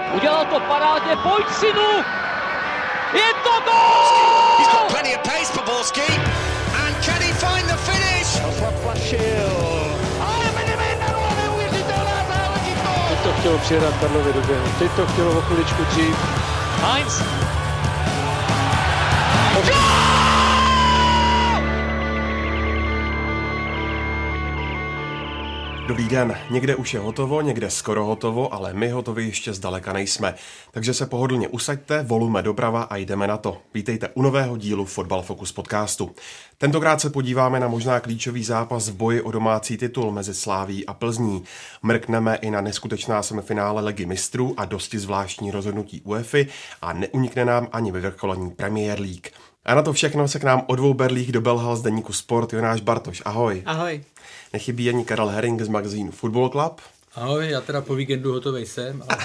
Udělal to parádně, pojď synu! Je to gól! He's got plenty of pace for Borski. And can he find the finish? Ale Medvedev, neuvěřitelná záležitost! Teď to chtělo přijedat Karlově do běhu, teď to chtělo o chviličku dřív. Heinz! Dobrý den, někde už je hotovo, někde skoro hotovo, ale my hotovi ještě zdaleka nejsme. Takže se pohodlně usaďte, volume doprava a jdeme na to. Vítejte u nového dílu Fotbal Focus podcastu. Tentokrát se podíváme na možná klíčový zápas v boji o domácí titul mezi Slavií a Plzní. Mrkneme i na neskutečná semifinále Ligy mistrů a dosti zvláštní rozhodnutí UEFI a neunikne nám ani vyvrcholení Premier League. A na to všechno se k nám o dvou berlích dobelhal z deníku Sport Jonáš Bartoš. Ahoj. Ahoj. Nechybí ani Karel Herring z magazínu Football Club. Ahoj, já teda po víkendu hotovej jsem. Ale...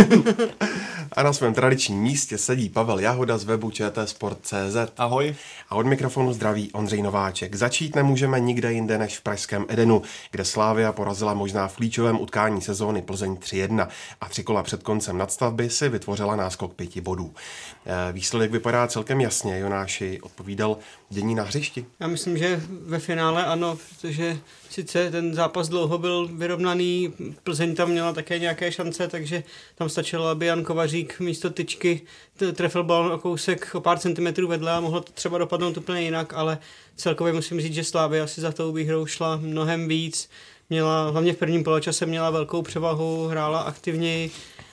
A na svém tradičním místě sedí Pavel Jahoda z webu čtsport.cz. Ahoj. A od mikrofonu zdraví Ondřej Nováček. Začít nemůžeme nikde jinde než v pražském Edenu, kde Slavia porazila možná v klíčovém utkání sezóny Plzeň 3-1 a 3 kola před koncem nadstavby si vytvořila náskok 5 bodů. Výsledek vypadá celkem jasně, Jonáši, odpovídal dění na hřišti. Já myslím, že ve finále ano, protože sice ten zápas dlouho byl vyrovnaný, Plzeň tam měla také nějaké šance, takže tam stačilo, aby Jan Kovařík místo tyčky trefil balon o kousek o pár centimetrů vedle a mohlo to třeba dopadnout úplně jinak, ale celkově musím říct, že Slavia si za tou výhrou šla mnohem víc, měla, hlavně v prvním poločase měla velkou převahu, hrála aktivněji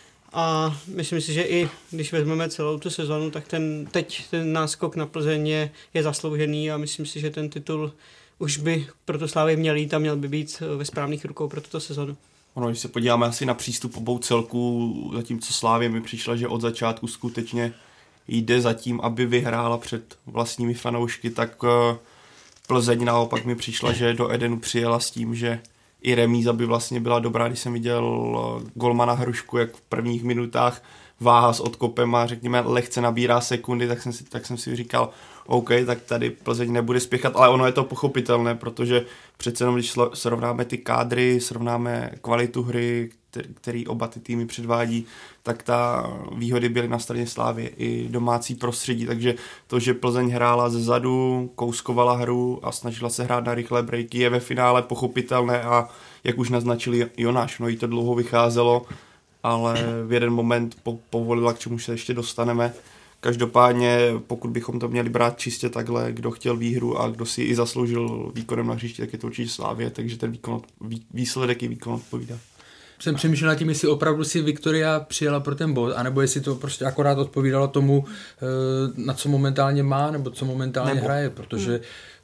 a myslím si, že i když vezmeme celou tu sezonu, tak ten náskok na Plzeň je zasloužený a myslím si, že ten titul už by pro tu Slavii měl jít a měl by být ve správných rukou pro tuto sezonu. Ono, když se podíváme asi na přístup obou celků, zatímco Slavie mi přišla, že od začátku skutečně jde za tím, aby vyhrála před vlastními fanoušky, tak Plzeň naopak mi přišla, že do Edenu přijela s tím, že i remíza by vlastně byla dobrá, když jsem viděl golmana Hrušku, jak v prvních minutách váha s odkopem a řekněme lehce nabírá sekundy, tak jsem si říkal, OK, tak tady Plzeň nebude spěchat, ale ono je to pochopitelné, protože přece jenom, když srovnáme ty kádry, srovnáme kvalitu hry, který oba ty týmy předvádí, tak ta výhody byly na straně Slavie i domácí prostředí, takže to, že Plzeň hrála zezadu, kouskovala hru a snažila se hrát na rychlé breaky, je ve finále pochopitelné a jak už naznačili Jonáš, no jí to dlouho vycházelo, ale v jeden moment povolila, k čemu se ještě dostaneme. Každopádně, pokud bychom to měli brát čistě takhle, kdo chtěl výhru a kdo si i zasloužil výkonem na hřišti, tak je to určitě Slavie, takže ten výsledek i výkon odpovídá. Jsem přemýšlel nad tím, jestli opravdu si Viktoria přijela pro ten bod, anebo jestli to prostě akorát odpovídalo tomu, na co momentálně má, nebo co momentálně hraje, protože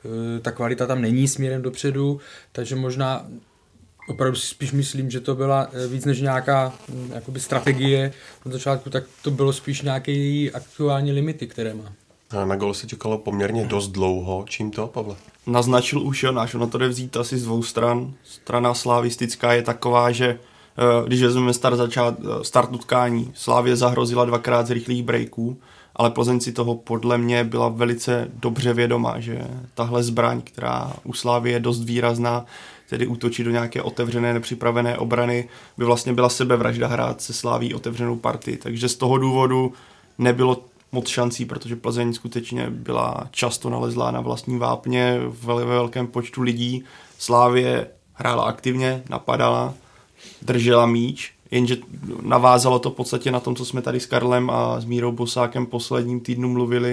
ta kvalita tam není směrem dopředu, takže možná opravdu si spíš myslím, že to byla víc než nějaká jakoby strategie od začátku, tak to bylo spíš nějaké její aktuální limity, které má. Na gól se čekalo poměrně dost dlouho. Čím to, Pavle? Naznačil už Jonáš, ono to jde vzít asi z dvou stran. Strana slavistická je taková, že když vezmeme start utkání, Slavie zahrozila 2krát z rychlých breaků, ale Plzeň si toho podle mě byla velice dobře vědomá, že tahle zbraň, která u Slavie je dost výrazná, tedy útočit do nějaké otevřené, nepřipravené obrany, by vlastně byla sebevražda hrát se Slavií otevřenou partii. Takže z toho důvodu nebylo moc šancí, protože Plzeň skutečně byla často nalezlá na vlastní vápně ve velkém počtu lidí. Slavie hrála aktivně, napadala, držela míč, jenže navázalo to v podstatě na tom, co jsme tady s Karlem a s Mírou Bosákem posledním týdnu mluvili,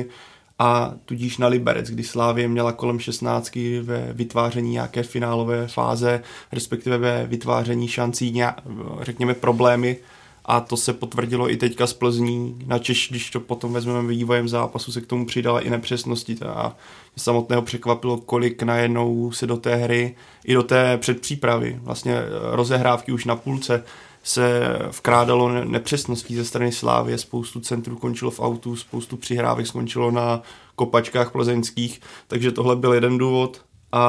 a tudíž na Liberec, kdy Slavie měla kolem 16 ve vytváření nějaké finálové fáze, respektive ve vytváření šancí, řekněme problémy, a to se potvrdilo i teďka z Plzní. Načež, když to potom vezmeme vývojem zápasu, se k tomu přidala i nepřesnosti a samotného překvapilo, kolik najednou se do té hry i do té předpřípravy, vlastně rozehrávky už na půlce, se vkrádalo nepřesností ze strany Slavie, spoustu centrů končilo v autu, spoustu přihrávek skončilo na kopačkách plzeňských, takže tohle byl jeden důvod.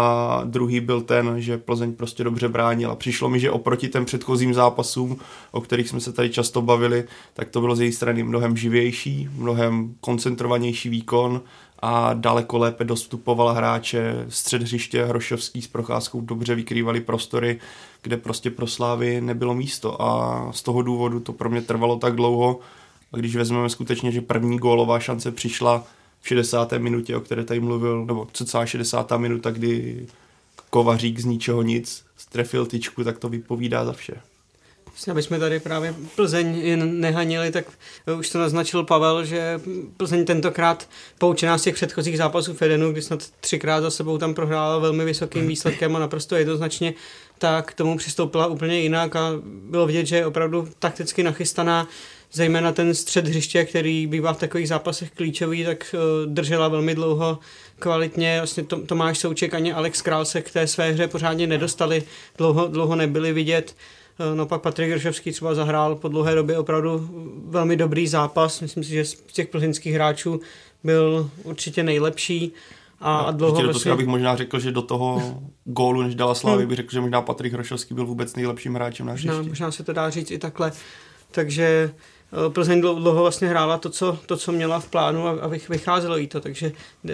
A druhý byl ten, že Plzeň prostě dobře bránila. Přišlo mi, že oproti těm předchozím zápasům, o kterých jsme se tady často bavili, tak to bylo z její strany mnohem živější, mnohem koncentrovanější výkon a daleko lépe dostupoval hráče. Střed hřiště Hrošovský s Procházkou dobře vykrývali prostory, kde prostě pro Slávy nebylo místo a z toho důvodu to pro mě trvalo tak dlouho. A když vezmeme skutečně, že první gólová šance přišla v 60. minutě, o které tady mluvil, nebo cca 60. minuta, kdy Kovařík z ničeho nic strefil tyčku, tak to vypovídá za vše. Aby jsme tady právě Plzeň jen nehanili, tak už to naznačil Pavel, že Plzeň tentokrát poučená z těch předchozích zápasů v Edenu, kdy snad 3krát za sebou tam prohrála velmi vysokým výsledkem a naprosto jednoznačně, tak k tomu přistoupila úplně jinak a bylo vidět, že je opravdu takticky nachystaná, zejména ten střed hřiště, který bývá v takových zápasech klíčový, tak držela velmi dlouho kvalitně. Vlastně Tomáš Souček ani Alex Král se k té své hře pořádně nedostali, dlouho nebyli vidět. No pak Patrik Hrošovský třeba zahrál po dlouhé době opravdu velmi dobrý zápas. Myslím si, že z těch plzeňských hráčů byl určitě nejlepší. A dlouho vlastně... bych možná řekl, že do toho gólu, než dala Slávy, bych řekl, že možná Patrik Hrošovský byl vůbec nejlepším hráčem na hřišti. Možná se to dá říct i takhle. Takže Plzeň dlouho vlastně hrála to, co měla v plánu a vycházelo jí to. Takže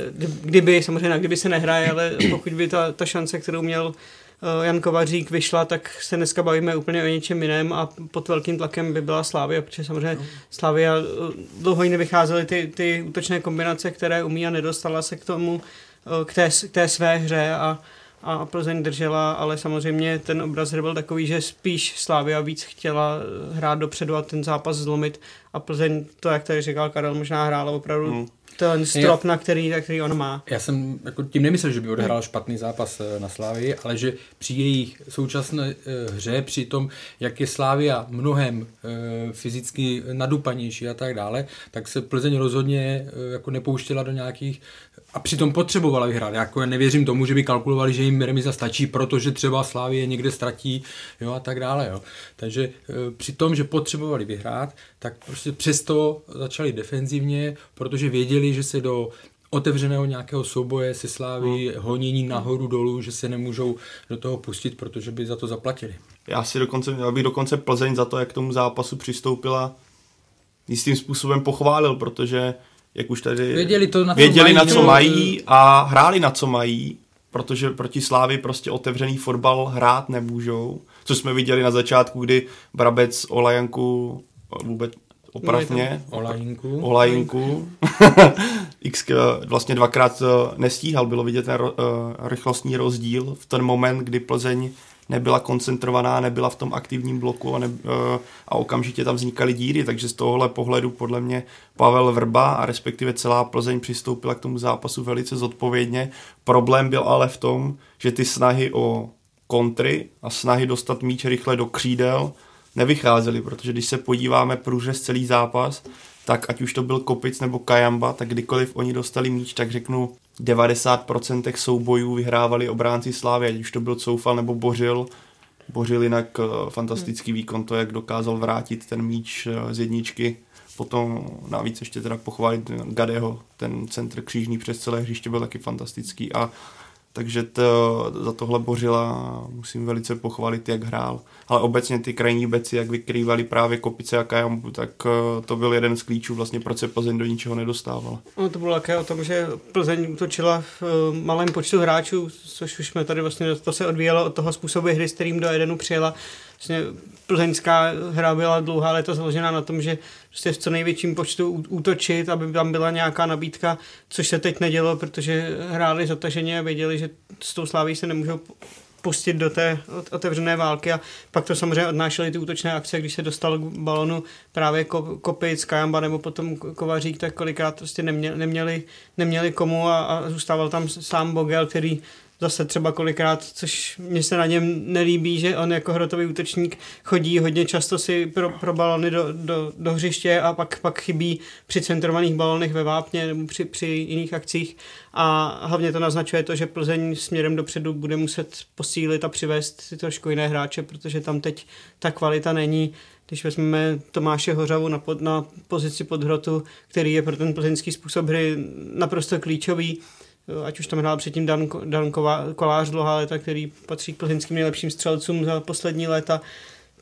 kdyby se nehraje, ale pokud by ta šance, kterou měl Jan Kovařík, vyšla, tak se dneska bavíme úplně o něčem jiném a pod velkým tlakem by byla Slavia, protože samozřejmě Slavia dlouho jí nevycházely ty útočné kombinace, které umí a nedostala se k tomu, k té své hře a Plzeň držela, ale samozřejmě ten obraz byl takový, že spíš Slavia víc chtěla hrát dopředu a ten zápas zlomit a Plzeň, to jak tady říkal Karel, možná hrála opravdu ten strop, na který on má. Já jsem jako tím nemyslel, že by odehrál špatný zápas na Slavii, ale že při jejich současné hře, při tom, jak je Slavia mnohem fyzicky nadupanější a tak dále, tak se Plzeň rozhodně jako nepouštěla do nějakých a přitom potřebovala vyhrát. Jako nevěřím tomu, že by kalkulovali, že jim remiza stačí, protože třeba Slavie někde ztratí, jo, a tak dále. Jo. Takže při tom, že potřebovali vyhrát, tak prostě přesto začali defenzivně, protože věděli, že se do otevřeného nějakého souboje se Slaví honění nahoru dolů, že se nemůžou do toho pustit, protože by za to zaplatili. Já bych dokonce Plzeň za to, jak k tomu zápasu přistoupila, jistým způsobem pochválil, protože jak už tady věděli na co mají a hráli na co mají, protože proti Slávii prostě otevřený fotbal hrát nemůžou, což jsme viděli na začátku, kdy Brabec Olajanku vůbec opravně Olajinku vlastně dvakrát nestíhal, bylo vidět ten rychlostní rozdíl v ten moment, kdy Plzeň nebyla koncentrovaná, nebyla v tom aktivním bloku a okamžitě tam vznikaly díry, takže z tohohle pohledu podle mě Pavel Vrba a respektive celá Plzeň přistoupila k tomu zápasu velice zodpovědně. Problém byl ale v tom, že ty snahy o kontry a snahy dostat míč rychle do křídel nevycházely, protože když se podíváme průřez celý zápas, tak ať už to byl Kopic nebo Kajamba, tak kdykoliv oni dostali míč, tak řeknu 90% soubojů vyhrávali obránci Slávy, ať už to byl Coufal nebo Bořil jinak fantastický výkon, to jak dokázal vrátit ten míč z jedničky. Potom navíc ještě teda pochválit Gadeho, ten centr křížný přes celé hřiště byl taky fantastický a takže za tohle Bořila musím velice pochválit, jak hrál. Ale obecně ty krajní beci, jak vykrývali právě Kopice a Kajambu, tak to byl jeden z klíčů, vlastně proč se Plzeň do ničeho nedostávala. No, to bylo také o tom, že Plzeň útočila v malém počtu hráčů, což už jsme tady vlastně, to se odvíjelo od toho způsobu hry, s kterým do Edenu přijela. Vlastně plzeňská hra byla dlouhá léta založená na tom, že prostě v co největším počtu útočit, aby tam byla nějaká nabídka, což se teď nedělo, protože hráli zataženě a věděli, že s tou Slaví se nemůžou pustit do té otevřené války a pak to samozřejmě odnášely ty útočné akce, když se dostal k balonu právě Kopic, Kajamba nebo potom Kovařík, tak kolikrát prostě neměli komu a zůstával tam sám Bogel, který zase třeba kolikrát, což mně se na něm nelíbí, že on jako hrotový útočník chodí hodně často si pro balony do hřiště a pak chybí při centrovaných balonech ve vápně nebo při jiných akcích a hlavně to naznačuje to, že Plzeň směrem dopředu bude muset posílit a přivést si trošku jiné hráče, protože tam teď ta kvalita není. Když vezmeme Tomáše Hořavu na pozici podhrotu, který je pro ten plzeňský způsob hry naprosto klíčový, ať už tam hrál předtím Dan Kolář dlouhá léta, který patří k plzeňským nejlepším střelcům za poslední léta,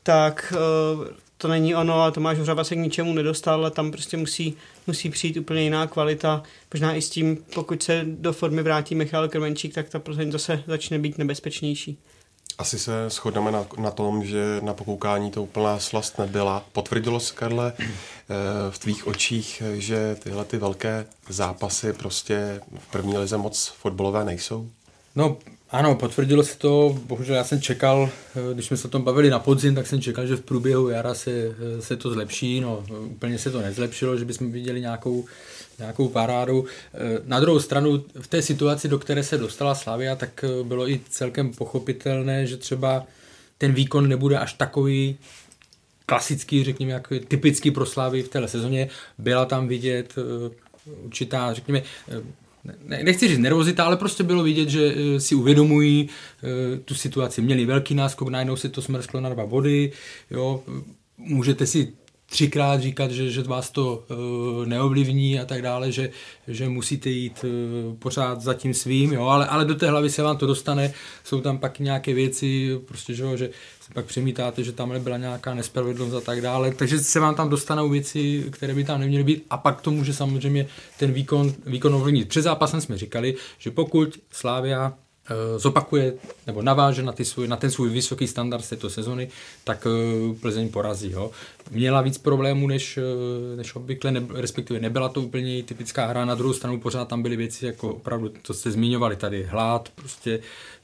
tak to není ono a Tomáš Hořava se k ničemu nedostal, ale tam prostě musí přijít úplně jiná kvalita. Možná i s tím, pokud se do formy vrátí Michal Krmenčík, tak ta Plzeň zase začne být nebezpečnější. Asi se shodneme na tom, že na pokoukání to úplná slast nebyla. Potvrdilo se, Karle, v tvých očích, že tyhle ty velké zápasy prostě v první lize moc fotbalové nejsou? No ano, potvrdilo se to, bohužel já jsem čekal, když jsme se o tom bavili na podzim, tak jsem čekal, že v průběhu jara se to zlepší, no úplně se to nezlepšilo, že bychom viděli nějakou parádu. Na druhou stranu v té situaci, do které se dostala Slavia, tak bylo i celkem pochopitelné, že třeba ten výkon nebude až takový klasický, řekněme, jako typický pro Slavii v téhle sezóně. Byla tam vidět určitá, řekněme, nechci říct nervozita, ale prostě bylo vidět, že si uvědomují tu situaci. Měli velký náskok, najednou se to smrsklo na 2 body, jo, můžete si 3krát říkat, že vás to neovlivní a tak dále, že musíte jít pořád za tím svým, jo, ale do té hlavy se vám to dostane, jsou tam pak nějaké věci, prostě, že se pak přemítáte, že tam byla nějaká nespravedlnost a tak dále, takže se vám tam dostanou věci, které by tam neměly být a pak to může samozřejmě ten výkon ovlivnit. Před zápasem jsme říkali, že pokud Slavia zopakuje nebo naváže na ten svůj vysoký standard z této sezony, tak Plzeň porazí. Jo. Měla víc problémů než obvykle, respektive nebyla to úplně typická hra, na druhou stranu pořád tam byly věci, jako opravdu, to jste zmiňovali tady, hlad, prostě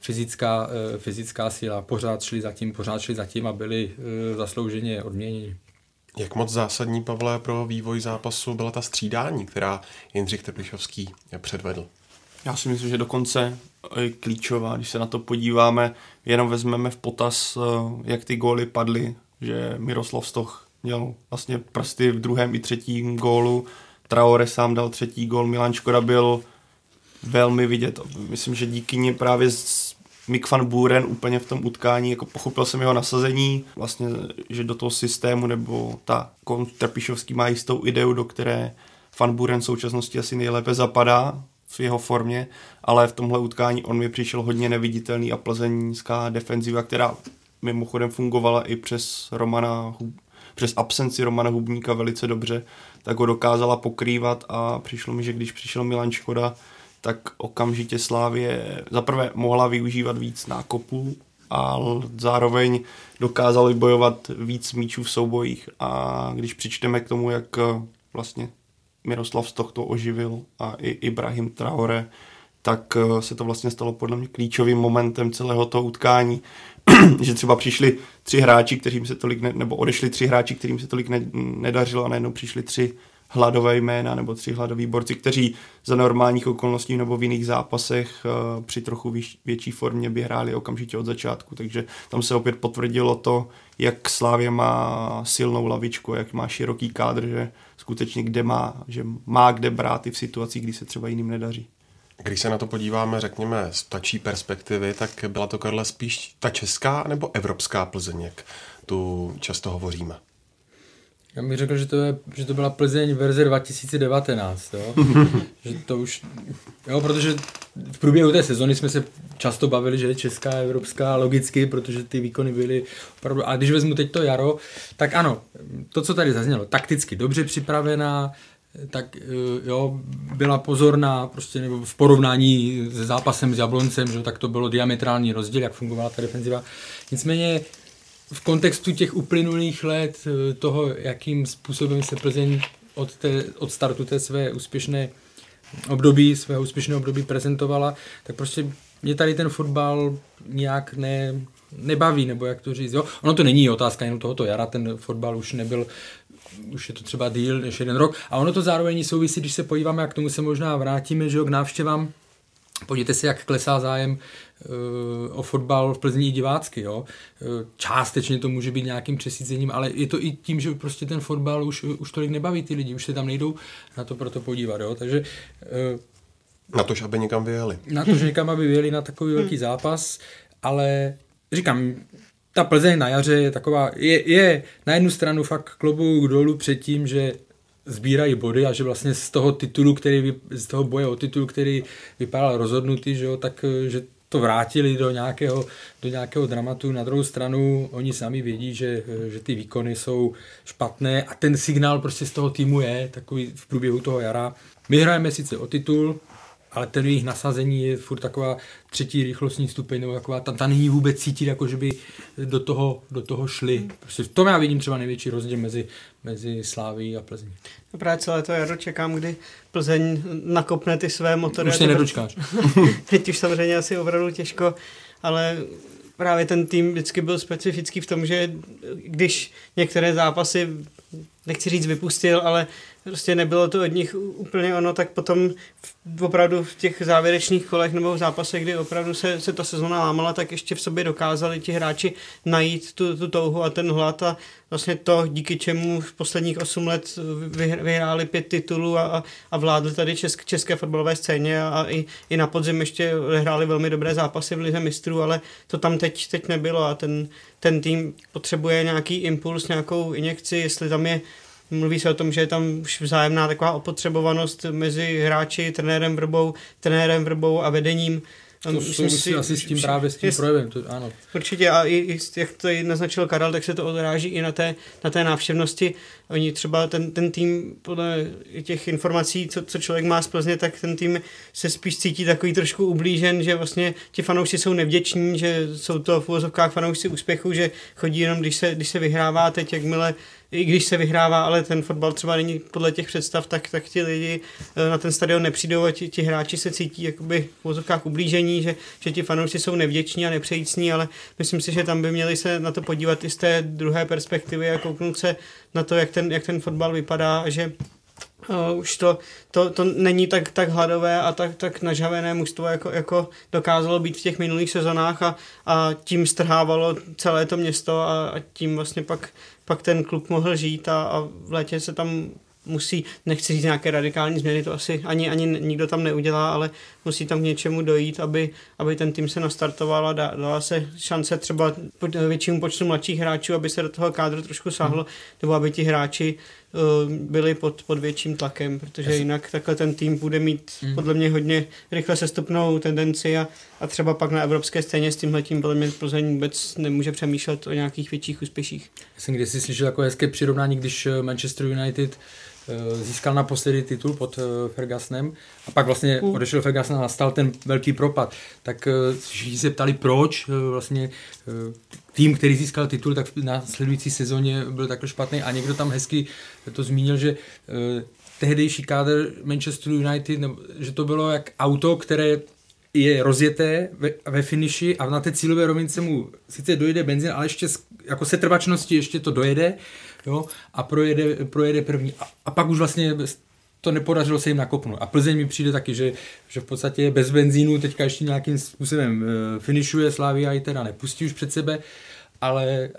fyzická síla, pořád šli zatím a byli zaslouženě odměněni. Jak moc zásadní, Pavle, pro vývoj zápasu byla ta střídání, která Jindřich Trpišovský předvedl? Já si myslím, že dokonce je klíčová, když se na to podíváme, jenom vezmeme v potaz, jak ty góly padly, že Miroslav Stoch měl vlastně prsty v 2. i 3. gólu, Traore sám dal 3. gól, Milan Škoda byl velmi vidět. Myslím, že díky ní právě Mick van Buren úplně v tom utkání, jako pochopil jsem jeho nasazení, vlastně, že do toho systému, nebo Trpišovský má jistou ideu, do které Van Buren v současnosti asi nejlépe zapadá v jeho formě, ale v tomhle utkání on mi přišel hodně neviditelný a plzeňská defenziva, která mimochodem fungovala i přes absenci Romana Hubníka velice dobře, tak ho dokázala pokrývat a přišlo mi, že když přišel Milan Škoda, tak okamžitě Slavie zaprvé mohla využívat víc nákopů a zároveň dokázala vybojovat víc míčů v soubojích a když přičteme k tomu, jak vlastně Miroslav Stoch to oživil a i Ibrahim Traore, tak se to vlastně stalo podle mě klíčovým momentem celého toho utkání, že třeba přišli 3 hráči, kterým se tolik nebo odešli 3 hráči, kterým se tolik nedařilo a najednou přišli 3 hladové jména nebo 3 hladoví borci, kteří za normálních okolností nebo v jiných zápasech při trochu větší formě by hráli okamžitě od začátku, takže tam se opět potvrdilo to, jak Slavia má silnou lavičku, jak má široký kádr, že skutečně že má kde brát i v situacích, kdy se třeba jiným nedaří. Když se na to podíváme, řekněme, z ptačí perspektivy, tak byla to, Karle, spíš ta česká nebo evropská Plzeň, jak tu často hovoříme? Já bych řekl, že to byla Plzeň verze 2019, jo? Že to už, jo, protože v průběhu té sezony jsme se často bavili, že je česká, evropská, logicky, protože ty výkony byly opravdu, a když vezmu teď to jaro, tak ano, to, co tady zaznělo, takticky dobře připravená, tak jo, byla pozorná, prostě nebo v porovnání se zápasem s Jabloncem, že, tak to bylo diametrální rozdíl, jak fungovala ta defenziva. Nicméně v kontextu těch uplynulých let, toho, jakým způsobem se Plzeň od startu té svého úspěšného období prezentovala, tak prostě mě tady ten fotbal nějak nebaví, nebo jak to říct. Jo? Ono to není otázka jenom tohoto jara, ten fotbal už nebyl, už je to třeba díl než 1 rok. A ono to zároveň souvisí, když se podíváme, jak k tomu se možná vrátíme, že jo, k návštěvám. Podívejte se, jak klesá zájem o fotbal v Plzni i divácky. Jo? Částečně to může být nějakým přesícením, ale je to i tím, že prostě ten fotbal už tolik nebaví ty lidi, už se tam nejdou na to proto podívat. Jo? Takže na to, aby někam vyjeli. Na to, že někam aby vyjeli na takový velký zápas, ale říkám, ta Plzeň na jaře je taková, je na jednu stranu fakt klobouk dolů před tím, že sbírají body a že vlastně z toho boje o titul, který vypadal rozhodnutý, že jo, tak že to vrátili do nějakého dramatu. Na druhou stranu oni sami vědí, že ty výkony jsou špatné a ten signál prostě z toho týmu je takový v průběhu toho jara. My hrajeme sice o titul, ale ten jejich nasazení je furt taková třetí rychlostní stupeň, nebo taková, tam není vůbec cítit, jako že by do toho šli. Prostě v tom já vidím třeba největší rozdíl mezi Slávií a Plzní. No právě celé to jaro čekám, kdy Plzeň nakopne ty své motory. Už se nedočkáš. Teď už samozřejmě asi opravdu těžko, ale právě ten tým vždycky byl specifický v tom, že když některé zápasy, nechci říct vypustil, ale prostě nebylo to od nich úplně ono, tak potom opravdu v těch závěrečných kolech nebo v zápasech, kdy opravdu se ta sezona lámala, tak ještě v sobě dokázali ti hráči najít tu touhu a ten hlad a vlastně to, díky čemu v posledních 8 let vyhráli 5 titulů a vládli tady české fotbalové scéně a i na podzim ještě hráli velmi dobré zápasy v lize mistrů, ale to tam teď nebylo a ten tým potřebuje nějaký impuls, nějakou injekci, jestli tam je. Mluví se o tom, že je tam už vzájemná taková opotřebovanost mezi hráči, trenérem Vrbou a vedením. To souvisí asi s tím právě s tím projevem, to, ano. Určitě a i jak to naznačil Karel, tak se to odráží i na té návštěvnosti. Oni třeba ten tým, podle těch informací, co člověk má z Plzně, tak ten tým se spíš cítí takový trošku ublížen, že vlastně ti fanoušci jsou nevděční, že jsou to v uvozovkách fanoušci úspěchu, že chodí jenom, když se vyhrává, teď jakmile i když se vyhrává, ale ten fotbal třeba není podle těch představ, tak ti lidi na ten stadion nepřijdou a ti hráči se cítí jakoby v uvozovkách ublížení, že ti fanoušci jsou nevděční a nepřejícní, ale myslím si, že tam by měli se na to podívat i z té druhé perspektivy a kouknout se na to, jak ten fotbal vypadá, že už to není tak hladové a tak nažhavené mužstvo, jako dokázalo být v těch minulých sezonách a tím strhávalo celé to město a tím vlastně pak ten klub mohl žít a v létě se tam musí, nechci říct nějaké radikální změny, to asi ani nikdo tam neudělá, ale musí tam k něčemu dojít, aby ten tým se nastartoval a dala se šance třeba většímu počtu mladších hráčů, aby se do toho kádru trošku sáhlo, nebo aby ti hráči byli pod větším tlakem, protože jinak takhle ten tým bude mít podle mě hodně rychle sestupnou tendenci a třeba pak na evropské scéně s tímhletím podle mě Plzeň vůbec nemůže přemýšlet o nějakých větších úspěších. Já jsem kdysi slyšel takové hezké přirovnání, když Manchester United získal naposledy titul pod Fergusonem a pak vlastně odešel Ferguson a nastal ten velký propad. Tak všichni se ptali, proč vlastně tým, který získal titul, tak v následující sezóně byl takhle špatný a někdo tam hezky to zmínil, že tehdejší kádr Manchester United, že to bylo jak auto, které je rozjeté ve finiši a na té cílové rovince mu sice dojede benzín, ale ještě jako setrvačnosti ještě to dojede, jo, a projede první. A pak už vlastně to nepodařilo se jim nakopnout. A Plzeň mi přijde taky, že v podstatě bez benzínu teďka ještě nějakým způsobem finišuje, Slavia i teda nepustí už před sebe, ale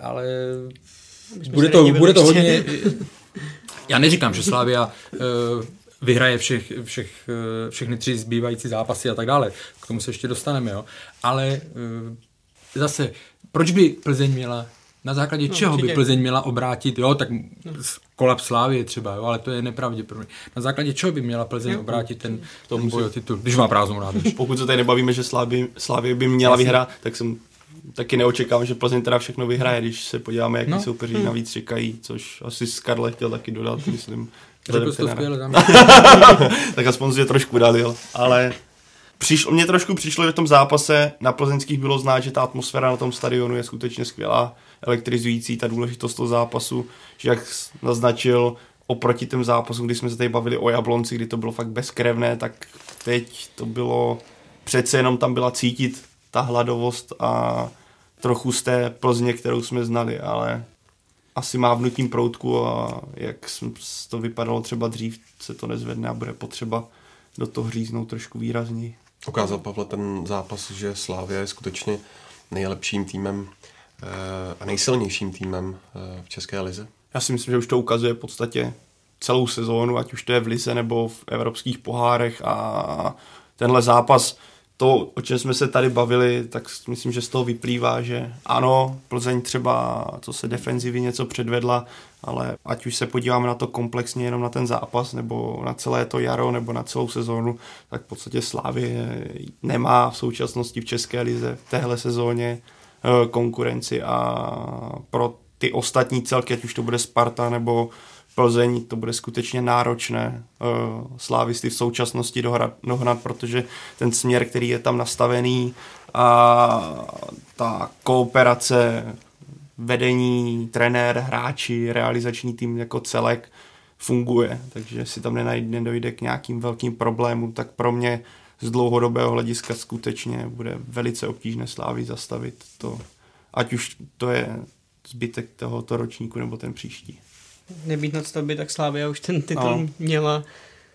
bude to hodně... Já neříkám, že Slavia vyhraje všechny 3 zbývající zápasy a tak dále. K tomu se ještě dostaneme, jo. Ale zase, proč by Plzeň měla, na základě čeho by Plzeň měla obrátit, jo, tak kolaps Slávie třeba, jo, ale to je nepravděpodobné. Na základě čeho by měla Plzeň obrátit ten boj o titul, když má prázdnou nádrž. Pokud se tady nebavíme, že Slavie by měla vyhrát, tak jsem taky neočekávám, že Plzeň teda všechno vyhraje, když se podíváme, jaký soupeři navíc čekají, což asi Karle chtěl taky dodat, myslím. Tak aspoň je trošku dal, ale mně trošku přišlo, že v tom zápase na plzeňských bylo znát, že ta atmosféra na tom stadionu je skutečně skvělá, elektrizující, ta důležitost toho zápasu, že jak naznačil oproti těm zápasům, kdy jsme se tady bavili o Jablonci, kdy to bylo fakt bezkrevné, tak teď to bylo, přece jenom tam byla cítit ta hladovost a trochu z té Plzně, kterou jsme znali, ale asi mávnutím proutku a jak to vypadalo třeba dřív, se to nezvedne a bude potřeba do toho říznout trošku výrazněji. Ukázal Pavle ten zápas, že Slavia je skutečně nejlepším týmem a nejsilnějším týmem v České lize? Já si myslím, že už to ukazuje v podstatě celou sezónu, ať už to je v lize nebo v evropských pohárech a tenhle zápas to, o čem jsme se tady bavili, tak myslím, že z toho vyplývá, že ano, Plzeň třeba, co se defenzivy něco předvedla, ale ať už se podíváme na to komplexně jenom na ten zápas, nebo na celé to jaro, nebo na celou sezónu, tak v podstatě Slavie nemá v současnosti v České lize v téhle sezóně konkurenci a pro ty ostatní celky, ať už to bude Sparta nebo Plzeň, to bude skutečně náročné slávisty v současnosti dohnat, protože ten směr, který je tam nastavený a ta kooperace vedení, trenér, hráči, realizační tým jako celek funguje, takže si tam nedojde k nějakým velkým problémům, tak pro mě z dlouhodobého hlediska skutečně bude velice obtížné Slávii zastavit to, ať už to je zbytek tohoto ročníku nebo ten příští. Nebýt nadstavby, tak Slavia už ten titul měla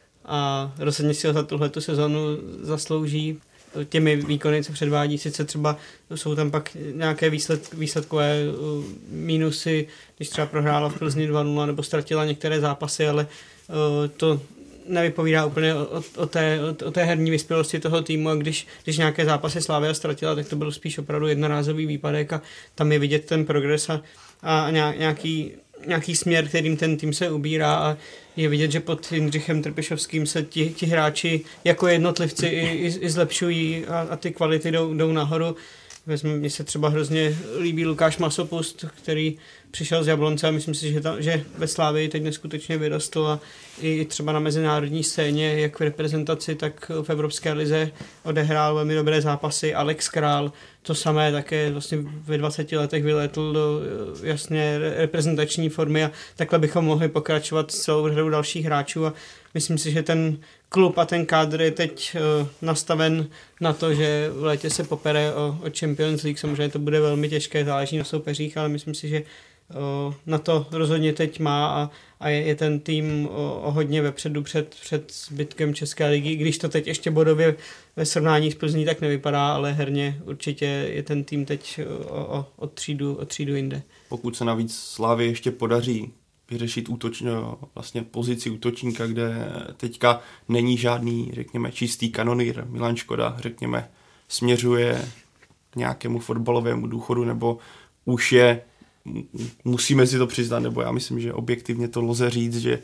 a rozhodně si ho za tuhletu sezonu zaslouží těmi výkony, co předvádí. Sice třeba jsou tam pak nějaké výsledkové mínusy, když třeba prohrála v Plzni 2-0 nebo ztratila některé zápasy, ale to nevypovídá úplně o té herní vyspělosti toho týmu a když nějaké zápasy Slavia ztratila, tak to byl spíš opravdu jednorázový výpadek a tam je vidět ten progres a nějaký směr, kterým ten tým se ubírá a je vidět, že pod Jindřichem Trpišovským se ti hráči jako jednotlivci i zlepšují a ty kvality jdou nahoru. Mně se třeba hrozně líbí Lukáš Masopust, který přišel z Jablonce a myslím si, že ve Slavii teď neskutečně vyrostl a i třeba na mezinárodní scéně, jak v reprezentaci, tak v Evropské lize odehrál velmi dobré zápasy. Alex Král, to samé, také vlastně ve 20 letech vyletl do jasně reprezentační formy a takhle bychom mohli pokračovat s celou řadou dalších hráčů a myslím si, že ten klub a ten kádr je teď nastaven na to, že v létě se popere o Champions League. Samozřejmě to bude velmi těžké, záleží na soupeřích, ale myslím si, že na to rozhodně teď má a je ten tým o hodně vepředu před zbytkem České ligy, když to teď ještě bodově ve srovnání s Plzní tak nevypadá, ale herně určitě je ten tým teď o třídu jinde. Pokud se navíc Slavii ještě podaří vyřešit vlastně pozici útočníka, kde teďka není žádný, řekněme, čistý kanonýr. Milan Škoda, řekněme, směřuje k nějakému fotbalovému důchodu, nebo už je, musíme si to přiznat, nebo já myslím, že objektivně to lze říct, že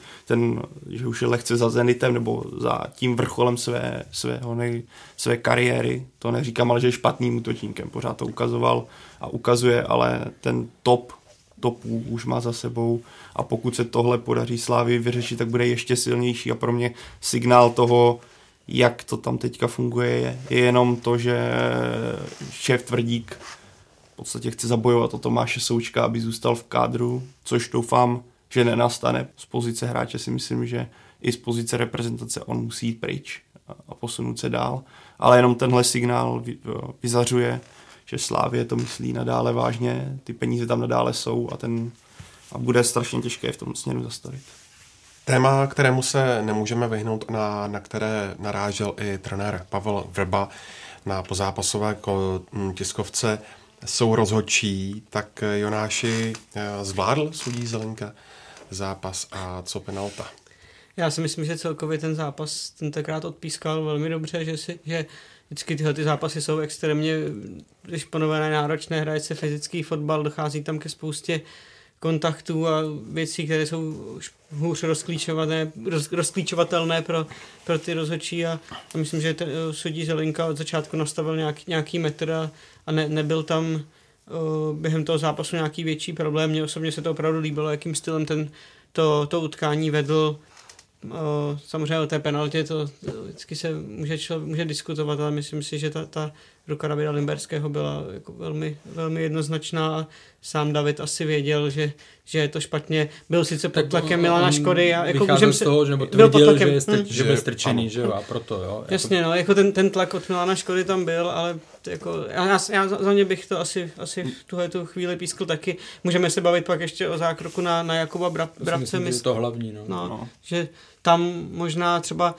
už je lehce za Zenitem, nebo za tím vrcholem své kariéry. To neříkám, ale že je špatným útočníkem. Pořád to ukazoval a ukazuje, ale ten top už má za sebou a pokud se tohle podaří Slávii vyřešit, tak bude ještě silnější a pro mě signál toho, jak to tam teďka funguje, je jenom to, že šéf Tvrdík v podstatě chce zabojovat o Tomáše Součka, aby zůstal v kádru, což doufám, že nenastane. Z pozice hráče si myslím, že i z pozice reprezentace on musí jít pryč a posunout se dál, ale jenom tenhle signál vyzařuje, že Slavie to myslí nadále vážně, ty peníze tam nadále jsou a bude strašně těžké v tom směru zastavit. Téma, kterému se nemůžeme vyhnout, na které narážel i trenér Pavel Vrba na pozápasové tiskovce, jsou rozhodčí, tak Jonáši, zvládl sudí Zelenka zápas a co penalta? Já si myslím, že celkově ten zápas tentokrát odpískal velmi dobře, že vždycky tyhle ty zápasy jsou extrémně vyšponované, náročné, hraje se fyzický fotbal, dochází tam ke spoustě kontaktů a věcí, které jsou hůř rozklíčovatelné pro ty rozhodčí a myslím, že sudí Zelenka od začátku nastavil nějaký metr a nebyl tam během toho zápasu nějaký větší problém. Mně osobně se to opravdu líbilo, jakým stylem to utkání vedl. Samozřejmě o té penaltě to vždycky se může diskutovat, ale myslím si, že ta ruka Davida Limberského byla jako velmi, velmi jednoznačná a sám David asi věděl, že je to špatně. Byl sice pod tlakem Milana Škody a jako vycházel z toho, nebo to viděl, že byl strčený, že jo, a proto, jo. Jasně, no, jako ten tlak od Milana Škody tam byl, ale jako, já za ně bych to asi v tuhletu chvíli pískl taky. Můžeme se bavit pak ještě o zákroku na Jakuba Brabce. Myslím, že je to hlavní, no. Že tam možná třeba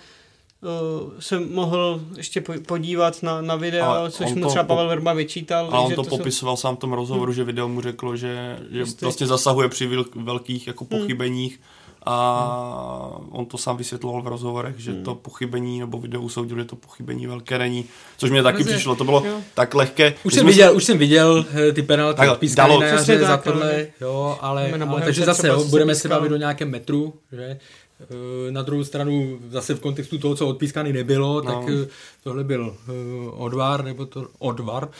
se mohl ještě podívat na video, což mu třeba Pavel Vrba vyčítal. A on to popisoval sám v tom rozhovoru, že video mu řeklo, že vlastně zasahuje při velkých jako pochybeních a on to sám vysvětloval v rozhovorech, že to pochybení, nebo video usoudil, že to pochybení velké není, což mě taky přišlo, to bylo tak lehké. Už jsem viděl ty penalty odpískané na jaře za tohle, jo, ale takže zase budeme se bavit o nějakém metru, že? Na druhou stranu zase v kontextu toho, co odpískaný nebylo, tak tohle byl odvar,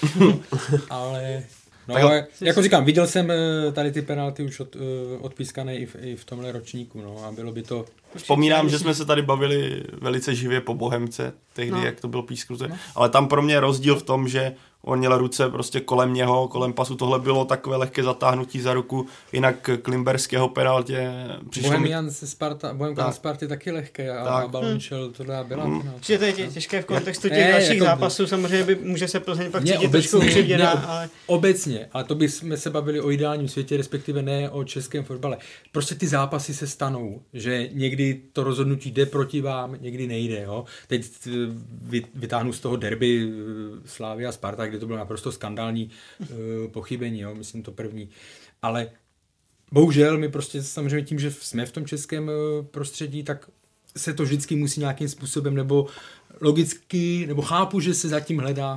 ale jako říkám, viděl jsem tady ty penalty už odpískané i v tomhle ročníku, a bylo by to... Vzpomínám, že jsme se tady bavili velice živě po Bohemce, tehdy, jak to bylo písknuté, ale tam pro mě rozdíl v tom, že on měl ruce prostě kolem něho, kolem pasu, tohle bylo takové lehké zatáhnutí za ruku, jinak k limberského penaltě přišlo... Bohemka Sparty taky lehké a balon šel, tohle byla penalta. Že to je těžké v kontextu těch dalších zápasů, samozřejmě může se Plzeň pak cítit trošku ukřivděná, ale... Obecně, ale to bychom se bavili o ideálním světě, respektive ne o českém fotbale. Prostě ty zápasy se stanou, že někdy to rozhodnutí jde proti vám, někdy nejde, jo. Teď vytáhnu z toho derby Slavia a Sparta, kde to bylo naprosto skandální pochybení, jo, myslím to první. Ale bohužel my prostě samozřejmě tím, že jsme v tom českém prostředí, tak se to vždycky musí nějakým způsobem nebo logicky, nebo chápu, že se zatím hledá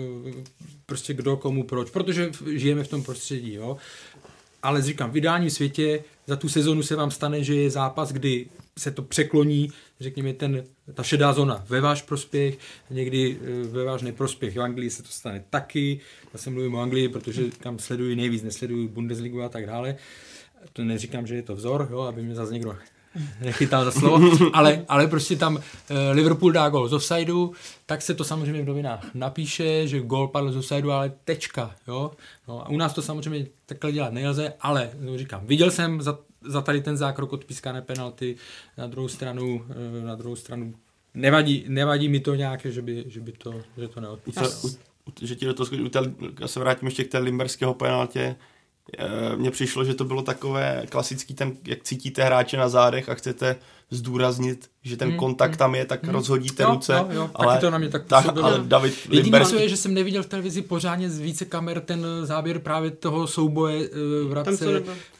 prostě kdo, komu, proč, protože žijeme v tom prostředí, jo. Ale říkám, v ideálním světě za tu sezonu se vám stane, že je zápas, kdy se to překloní, řekněme, ta šedá zóna ve váš prospěch, někdy ve váš neprospěch. V Anglii se to stane taky, já se mluvím o Anglii, protože tam sleduji nejvíc, nesleduji Bundesligu a tak dále. To neříkám, že je to vzor, jo, aby mě zase někdo nechytal za slovo, ale prostě tam Liverpool dá gol z offsideu, tak se to samozřejmě v novinách napíše, že gol padl z offsideu, ale tečka, jo. No a u nás to samozřejmě takhle dělat nelze, ale říkám, viděl jsem za tady ten zákrok odpískané penalty, na druhou stranu nevadí mi to nějaké, že to neodpískal. Že ti do toho já se vrátím ještě k té limberského penaltě. Mně přišlo, že to bylo takové klasický ten, jak cítíte hráče na zádech a chcete zdůraznit, že ten kontakt tam je, tak rozhodíte ruce. Jo, ale taky to na mě tak působilo. Ale David Jediné, co je, že jsem neviděl v televizi pořádně z více kamer ten záběr právě toho souboje Vrabce.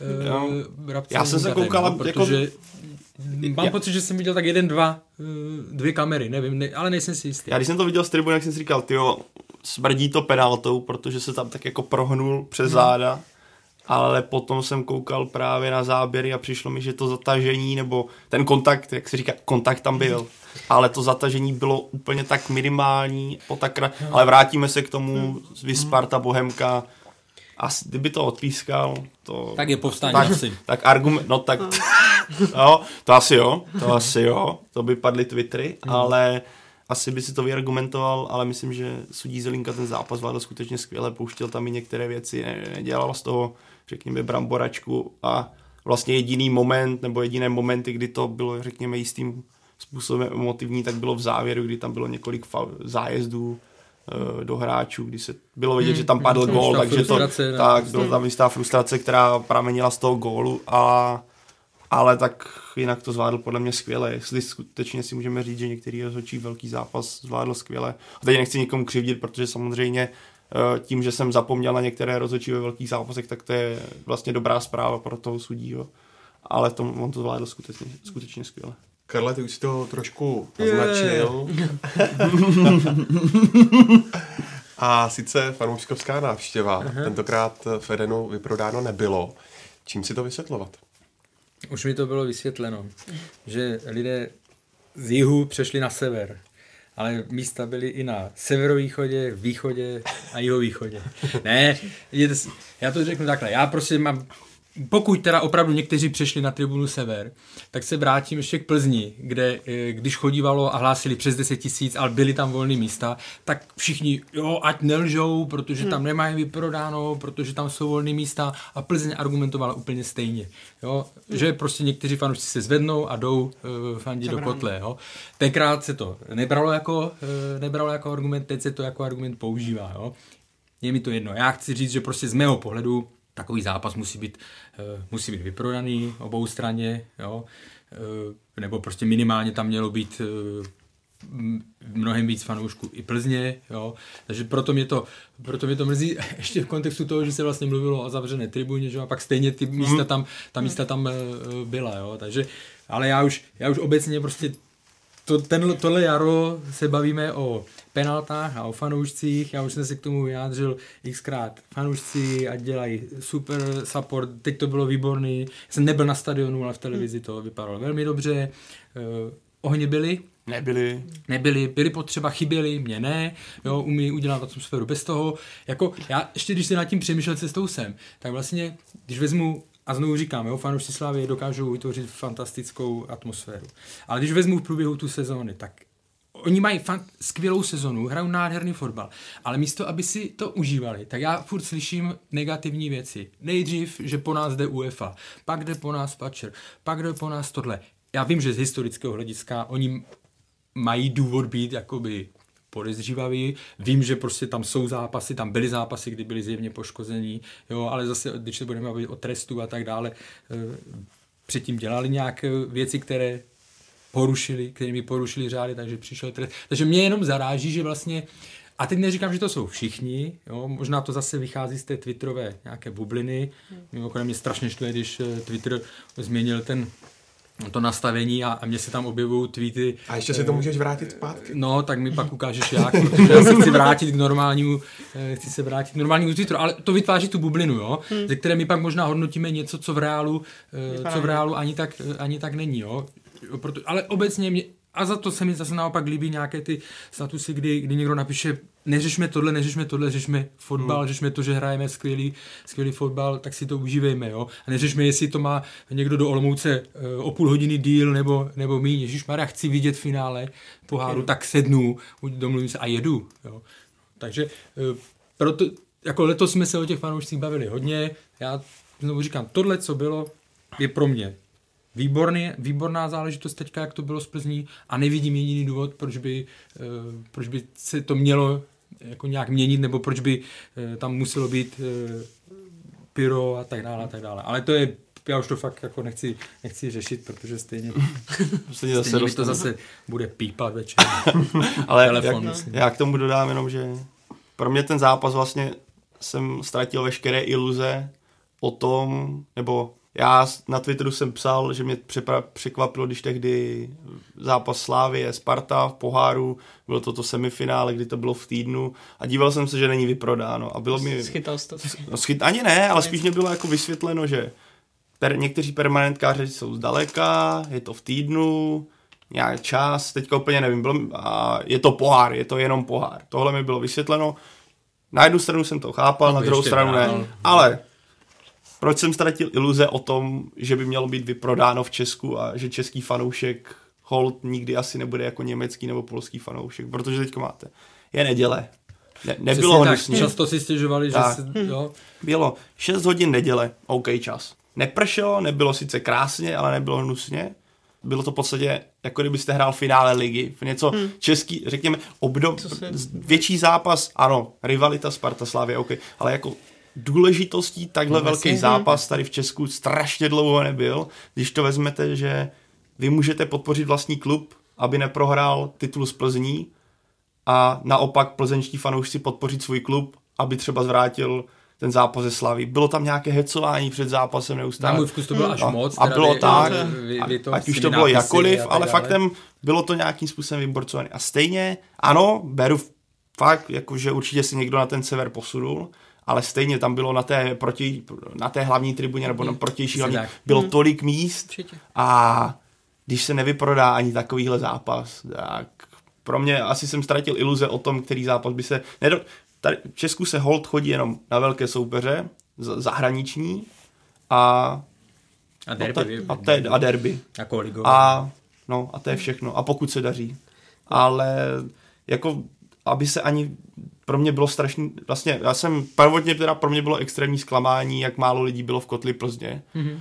Já jsem se koukal, protože mám pocit, že jsem viděl tak dvě kamery, nevím, ale nejsem si jistý. Já když jsem to viděl z tribuny, jak jsem si říkal, smrdí to penaltou, protože se tam tak jako prohnul přes záda. Ale potom jsem koukal právě na záběry a přišlo mi, že to zatažení, nebo ten kontakt, jak se říká, kontakt tam byl, ale to zatažení bylo úplně tak minimální, ale vrátíme se k tomu, Sparta, Bohemka, a kdyby to odpískal, to... Tak je povstání asi. Tak argument, jo, to asi jo, to by padly Twittery, ale asi by si to vyargumentoval, ale myslím, že sudí Zelinka ten zápas zvládl skutečně skvěle, pouštěl tam i některé věci, nedělal z toho, řekněme, bramboračku a vlastně jediný moment, nebo jediné momenty, kdy to bylo, řekněme, jistým způsobem emotivní, tak bylo v závěru, kdy tam bylo několik zájezdů do hráčů, kdy se bylo vidět, že tam padl gól, takže byla tam jistá frustrace, která pramenila z toho gólu, ale tak jinak to zvládl podle mě skvěle. Jestli skutečně si můžeme říct, že některý rozhodčí velký zápas zvládl skvěle. A teď nechci nikomu křivdit, protože samozřejmě tím, že jsem zapomněl na některé rozhodčí ve velkých zápasech, tak to je vlastně dobrá zpráva pro toho sudího. Ale on to zvládl skutečně skvěle. Karle, ty už si to trošku naznačil. A sice fanouškovská návštěva. Tentokrát v Edenu vyprodáno nebylo. Čím si to vysvětlovat? Už mi to bylo vysvětleno, že lidé z jihu přešli na sever, ale místa byly i na severovýchodě, východě a jihovýchodě. Ne, já to řeknu takhle, já prostě mám, pokud teda opravdu někteří přešli na tribunu sever, tak se vrátím ještě k Plzni, kde když chodívalo a hlásili přes 10 000, ale byly tam volné místa, tak všichni, ať nelžou, protože tam nemají vyprodáno, protože tam jsou volné místa a Plzeň argumentovala úplně stejně. Jo? Že prostě někteří fanoušci se zvednou a jdou fandit do kotle. Jo? Tenkrát se to nebralo jako argument, teď se to jako argument používá. Jo? Je mi to jedno. Já chci říct, že prostě z mého pohledu takový zápas musí být vyprodaný obou straně, jo? Nebo prostě minimálně tam mělo být mnohem víc fanoušků i Plzně, jo. Takže proto mě to mrzí ještě v kontextu toho, že se vlastně mluvilo o zavřené tribuně, že a pak stejně ty místa tam byla, jo. Takže, ale já už obecně prostě tohle jaro se bavíme o penaltách a o fanoušcích, já už jsem se k tomu vyjádřil xkrát. Fanoušci, ať dělají super support, teď to bylo výborný, jsem nebyl na stadionu, ale v televizi to vypadalo velmi dobře, ohně byly? Byly potřeba, chyběly, mě ne, jo, umí udělat atmosféru bez toho, jako já ještě když jsem nad tím přemýšlel cestou sem, tak vlastně, když vezmu, a znovu říkám, jo, fanoušci Slavie dokážou vytvořit fantastickou atmosféru, ale když vezmu v průběhu tu sezóny, tak oni mají skvělou sezonu, hrajou nádherný fotbal, ale místo, aby si to užívali, tak já furt slyším negativní věci. Nejdřív, že po nás jde UEFA, pak jde po nás Patcher, pak jde po nás tohle. Já vím, že z historického hlediska oni mají důvod být jakoby podezřívaví. Vím, že prostě tam jsou zápasy, tam byly zápasy, kdy byli zjevně poškození, jo, ale zase, když se budeme bavit o trestu a tak dále, předtím dělali nějaké věci, kterými porušili řády, takže přišel trest. Takže mě jenom zaráží, že vlastně, a teď neříkám, že to jsou všichni, jo, možná to zase vychází z té twitterové nějaké bubliny. Mimochodem mě strašně štve, když Twitter změnil to nastavení a mně se tam objevují tweety. A ještě si to můžeš vrátit zpátky? No, tak mi pak ukážeš jak, protože já se chci vrátit k normálnímu Twitteru, ale to vytváří tu bublinu, jo, ze které my pak možná hodnotíme něco, co v reálu ani tak není, jo. Ale obecně a za to se mi zase naopak líbí nějaké ty statusy, kdy někdo napíše neřešme tohle, řešme fotbal, řešme to, že hrajeme skvělý fotbal, tak si to užívejme, jo. A neřešme, jestli to má někdo do Olomouce o půl hodiny díl nebo míň. Ježišmarja, chci vidět finále poháru, tak sednu, domluvím se a jedu, jo. Takže proto, jako letos jsme se o těch fanoušcích bavili hodně. Já znovu říkám, tohle, co bylo, je pro mě výborná záležitost teďka, jak to bylo z Plzní a nevidím jediný důvod, proč by se to mělo jako nějak měnit, nebo proč by tam muselo být pyro a tak dále. Ale to je, já už to fakt jako nechci řešit, protože stejně to zase bude pípat večer. Ale telefon, já k tomu dodám jenom, že pro mě ten zápas vlastně jsem ztratil veškeré iluze o tom, nebo já na Twitteru jsem psal, že mě překvapilo, když tehdy zápas Slavie Sparta v poháru, bylo to semifinále, kdy to bylo v týdnu a díval jsem se, že není vyprodáno. A bylo mi... Schytal jsi to? Ani ne, ale spíš mě bylo jako vysvětleno, že někteří permanentkáři jsou zdaleka, je to v týdnu, nějaký čas, teďka úplně nevím, a je to pohár, je to jenom pohár. Tohle mi bylo vysvětleno. Na jednu stranu jsem to chápal, na druhou stranu ne, ale... Proč jsem ztratil iluze o tom, že by mělo být vyprodáno v Česku a že český fanoušek hold nikdy asi nebude jako německý nebo polský fanoušek, protože teďko máte. Je neděle. Nebylo hnusně. Často si stěžovali, že jo. Bylo 6 hodin neděle, OK čas. Nepršelo, nebylo sice krásně, ale nebylo hnusně. Bylo to v podstatě, jako kdybyste hrál finále ligy. Něco český, řekněme, větší zápas, ano, rivalita Sparta Slavie, OK, ale jako důležitostí takhle velký zápas tady v Česku strašně dlouho nebyl. Když to vezmete, že vy můžete podpořit vlastní klub, aby neprohrál titul z Plzní a naopak plzeňští fanoušci podpořit svůj klub, aby třeba zvrátil ten zápas ze Slaví. Bylo tam nějaké hecování před zápasem neustále. Na můj vkus to bylo až moc. A bylo tak, ať už to bylo jakoliv, ale faktem bylo to nějakým způsobem vyborcované. A stejně, ano, beru fakt, jakože určitě si někdo na ten sever posunul, ale stejně tam bylo na té hlavní tribuně nebo na protější hlavní, bylo tolik míst a když se nevyprodá ani takovýhle zápas, tak pro mě asi jsem ztratil iluze o tom, který zápas by se... Tady v Česku se hold chodí jenom na velké soupeře, zahraniční a derby. Jako ligové. A to je všechno. A pokud se daří. Ale jako, aby se ani... Pro mě bylo strašný, vlastně já jsem prvotně pro mě bylo extrémní zklamání, jak málo lidí bylo v kotli Plzně.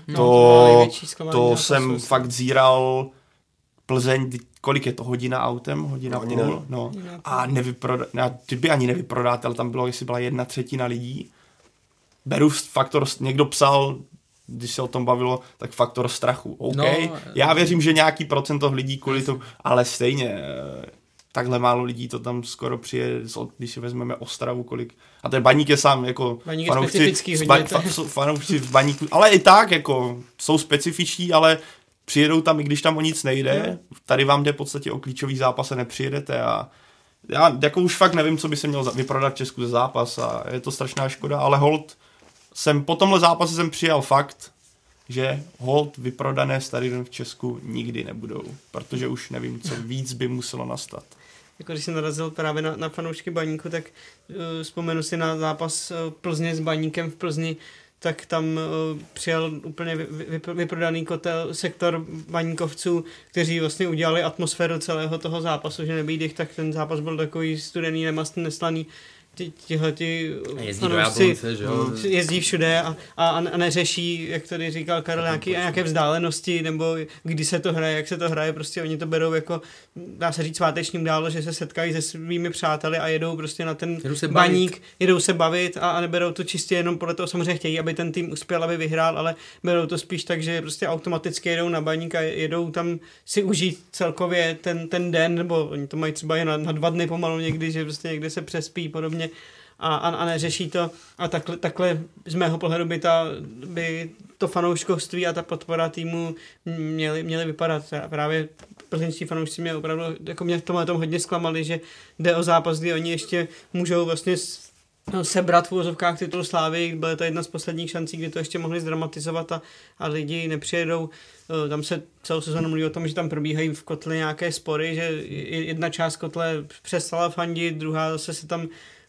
To jsem fakt zíral Plzeň, kolik je to, hodina autem, hodina půl, no. A kdyby ani nevyprodáte, ale tam bylo, jestli byla 1/3 lidí. Beru faktor, někdo psal, když se o tom bavilo, tak faktor strachu. OK, já věřím, že nějaký procento lidí kvůli tomu, ale stejně... takhle málo lidí to tam skoro přijede, když si vezmeme Ostravu, kolik. A ten Baník je sám jako Baník je specifický fanoušci v Baníku, ale i tak jako jsou specifičtí, ale přijedou tam, i když tam o nic nejde. Tady vám jde v podstatě o klíčový zápas a nepřijedete a já jako už fakt nevím, co by se mělo vyprodat v Česku za zápas a je to strašná škoda, ale hold po tomhle zápase jsem přijal fakt, že hold vyprodané stadiony v Česku nikdy nebudou, protože už nevím, co víc by muselo nastat. Jako když jsem narazil právě na fanoušky Baníku, tak vzpomenu si na zápas Plzně s Baníkem v Plzni, tak tam přijel úplně vyprodaný sektor baníkovců, kteří vlastně udělali atmosféru celého toho zápasu, že nebýt jich, tak ten zápas byl takový studený, nemastný, neslaný. Tihleti fanoušci jezdí všude a neřeší, jak tady říkal Karel, nějaké vzdálenosti, nebo kdy se to hraje, jak se to hraje, prostě oni to berou jako, dá se říct, sváteční událost, že se setkají se svými přáteli a jedou prostě na ten Baník, jedou se bavit a neberou to čistě jenom podle toho, samozřejmě chtějí, aby ten tým uspěl, aby vyhrál, ale berou to spíš tak, že prostě automaticky jedou na Baník a jedou tam si užít celkově ten den, nebo oni to mají třeba jen na 2 dny pomalu někdy, že prostě někde se přespí podobně. A neřeší to a takhle z mého pohledu by to fanouškovství a ta podpora týmu měly vypadat. Právě plzeňští fanoušci mě opravdu jako mě v tomhle tom hodně zklamali, že jde o zápas, kdy oni ještě můžou vlastně sebrat v úvozovkách titul Slávy. Byla to jedna z posledních šancí, kdy to ještě mohli zdramatizovat a lidi nepřijedou. Tam se celou sezónu mluví o tom, že tam probíhají v kotli nějaké spory, že jedna část kotle přestala fandit, druhá zase se tam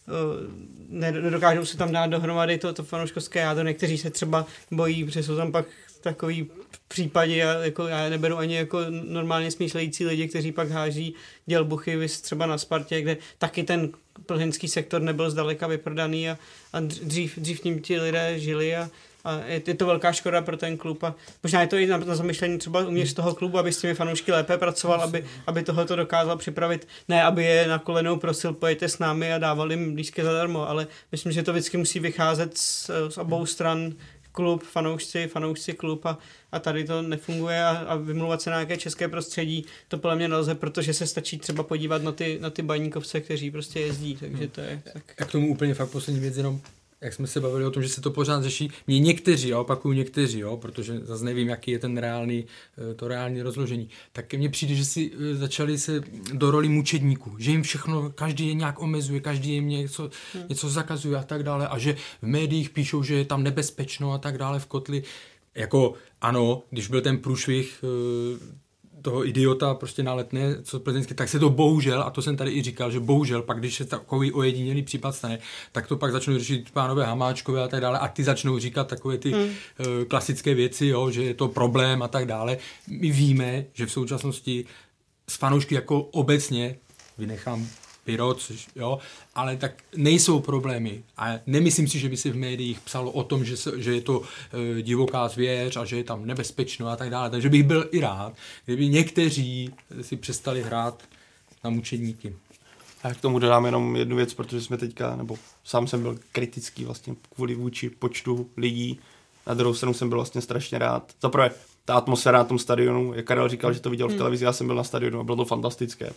nedokážou se tam dát dohromady to fanouškovské jádro. Někteří se třeba bojí, protože jsou tam pak takový případě, jako já neberu ani jako normálně smýšlející lidi, kteří pak háží dělbuchy třeba na Spartě, kde taky ten plzeňský sektor nebyl zdaleka vyprodaný a dřív tím ti lidé žili a je to velká škoda pro ten klub a možná je to i na zamyšlení třeba uvnitř toho klubu, aby s těmi fanoušky lépe pracoval, aby tohleto dokázal připravit, ne aby je na kolenou prosil, pojďte s námi a dávali jim lístky zadarmo, ale myslím, že to vždycky musí vycházet z obou stran, klub, fanoušci, klub a tady to nefunguje a vymlouvat se na nějaké české prostředí, to podle mě nelze, protože se stačí třeba podívat na ty baníkovce, kteří prostě jezdí, takže to je tak. A k tomu úplně fakt poslední věc jenom, jak jsme se bavili o tom, že se to pořád řeší, mě někteří, já opakuju někteří, protože zase nevím, jaký je ten reálný rozložení, tak mně přijde, že si začali se do roli mučedníků, že jim všechno, každý je nějak omezuje, každý jim něco zakazuje a tak dále a že v médiích píšou, že je tam nebezpečno a tak dále v kotli. Jako ano, když byl ten průšvih toho idiota prostě na Letné, co plzeňské, tak se to bohužel, a to jsem tady i říkal, že bohužel pak, když se takový ojedinělý případ stane, tak to pak začnou řešit pánové Hamáčkové a tak dále a ty začnou říkat takové ty klasické věci, jo, že je to problém a tak dále. My víme, že v současnosti s fanoušky jako obecně, vynechám Pyro, což, jo, ale tak nejsou problémy a nemyslím si, že by se v médiích psalo o tom, že je to divoká zvěř a že je tam nebezpečno a tak dále, takže bych byl i rád, kdyby někteří si přestali hrát na mučedníky. Já k tomu dodám jenom jednu věc, protože jsme teďka, nebo sám jsem byl kritický vlastně kvůli vůči počtu lidí, na druhou stranu jsem byl vlastně strašně rád. Zaprvé, ta atmosféra na tom stadionu, jak Karel říkal, že to viděl v televizi, já jsem byl na stadionu a bylo to fantastické.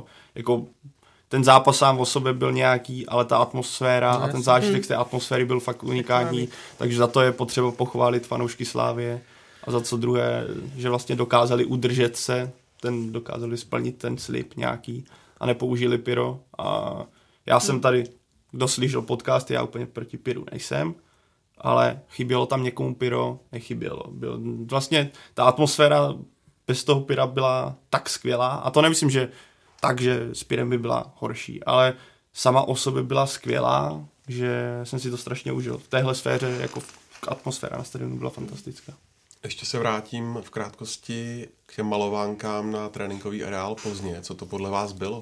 Ten zápas sám o sobě byl nějaký, ale ta atmosféra a ten zážitek z té atmosféry byl fakt unikátní, takže za to je potřeba pochválit fanoušky Slávie a za co druhé, že vlastně dokázali udržet se, dokázali splnit ten slib nějaký a nepoužili pyro a já jsem tady, kdo slyšel podcast, já úplně proti pyru nejsem, ale chybělo tam někomu pyro, nechybělo. Vlastně ta atmosféra bez toho pyra byla tak skvělá a to nemyslím, že takže s pyrem by byla horší, ale sama o sobě byla skvělá, že jsem si to strašně užil. V téhle sféře jako atmosféra na stadionu byla fantastická. Ještě se vrátím v krátkosti k těm malovánkám na tréninkový areál Plzně. Co to podle vás bylo?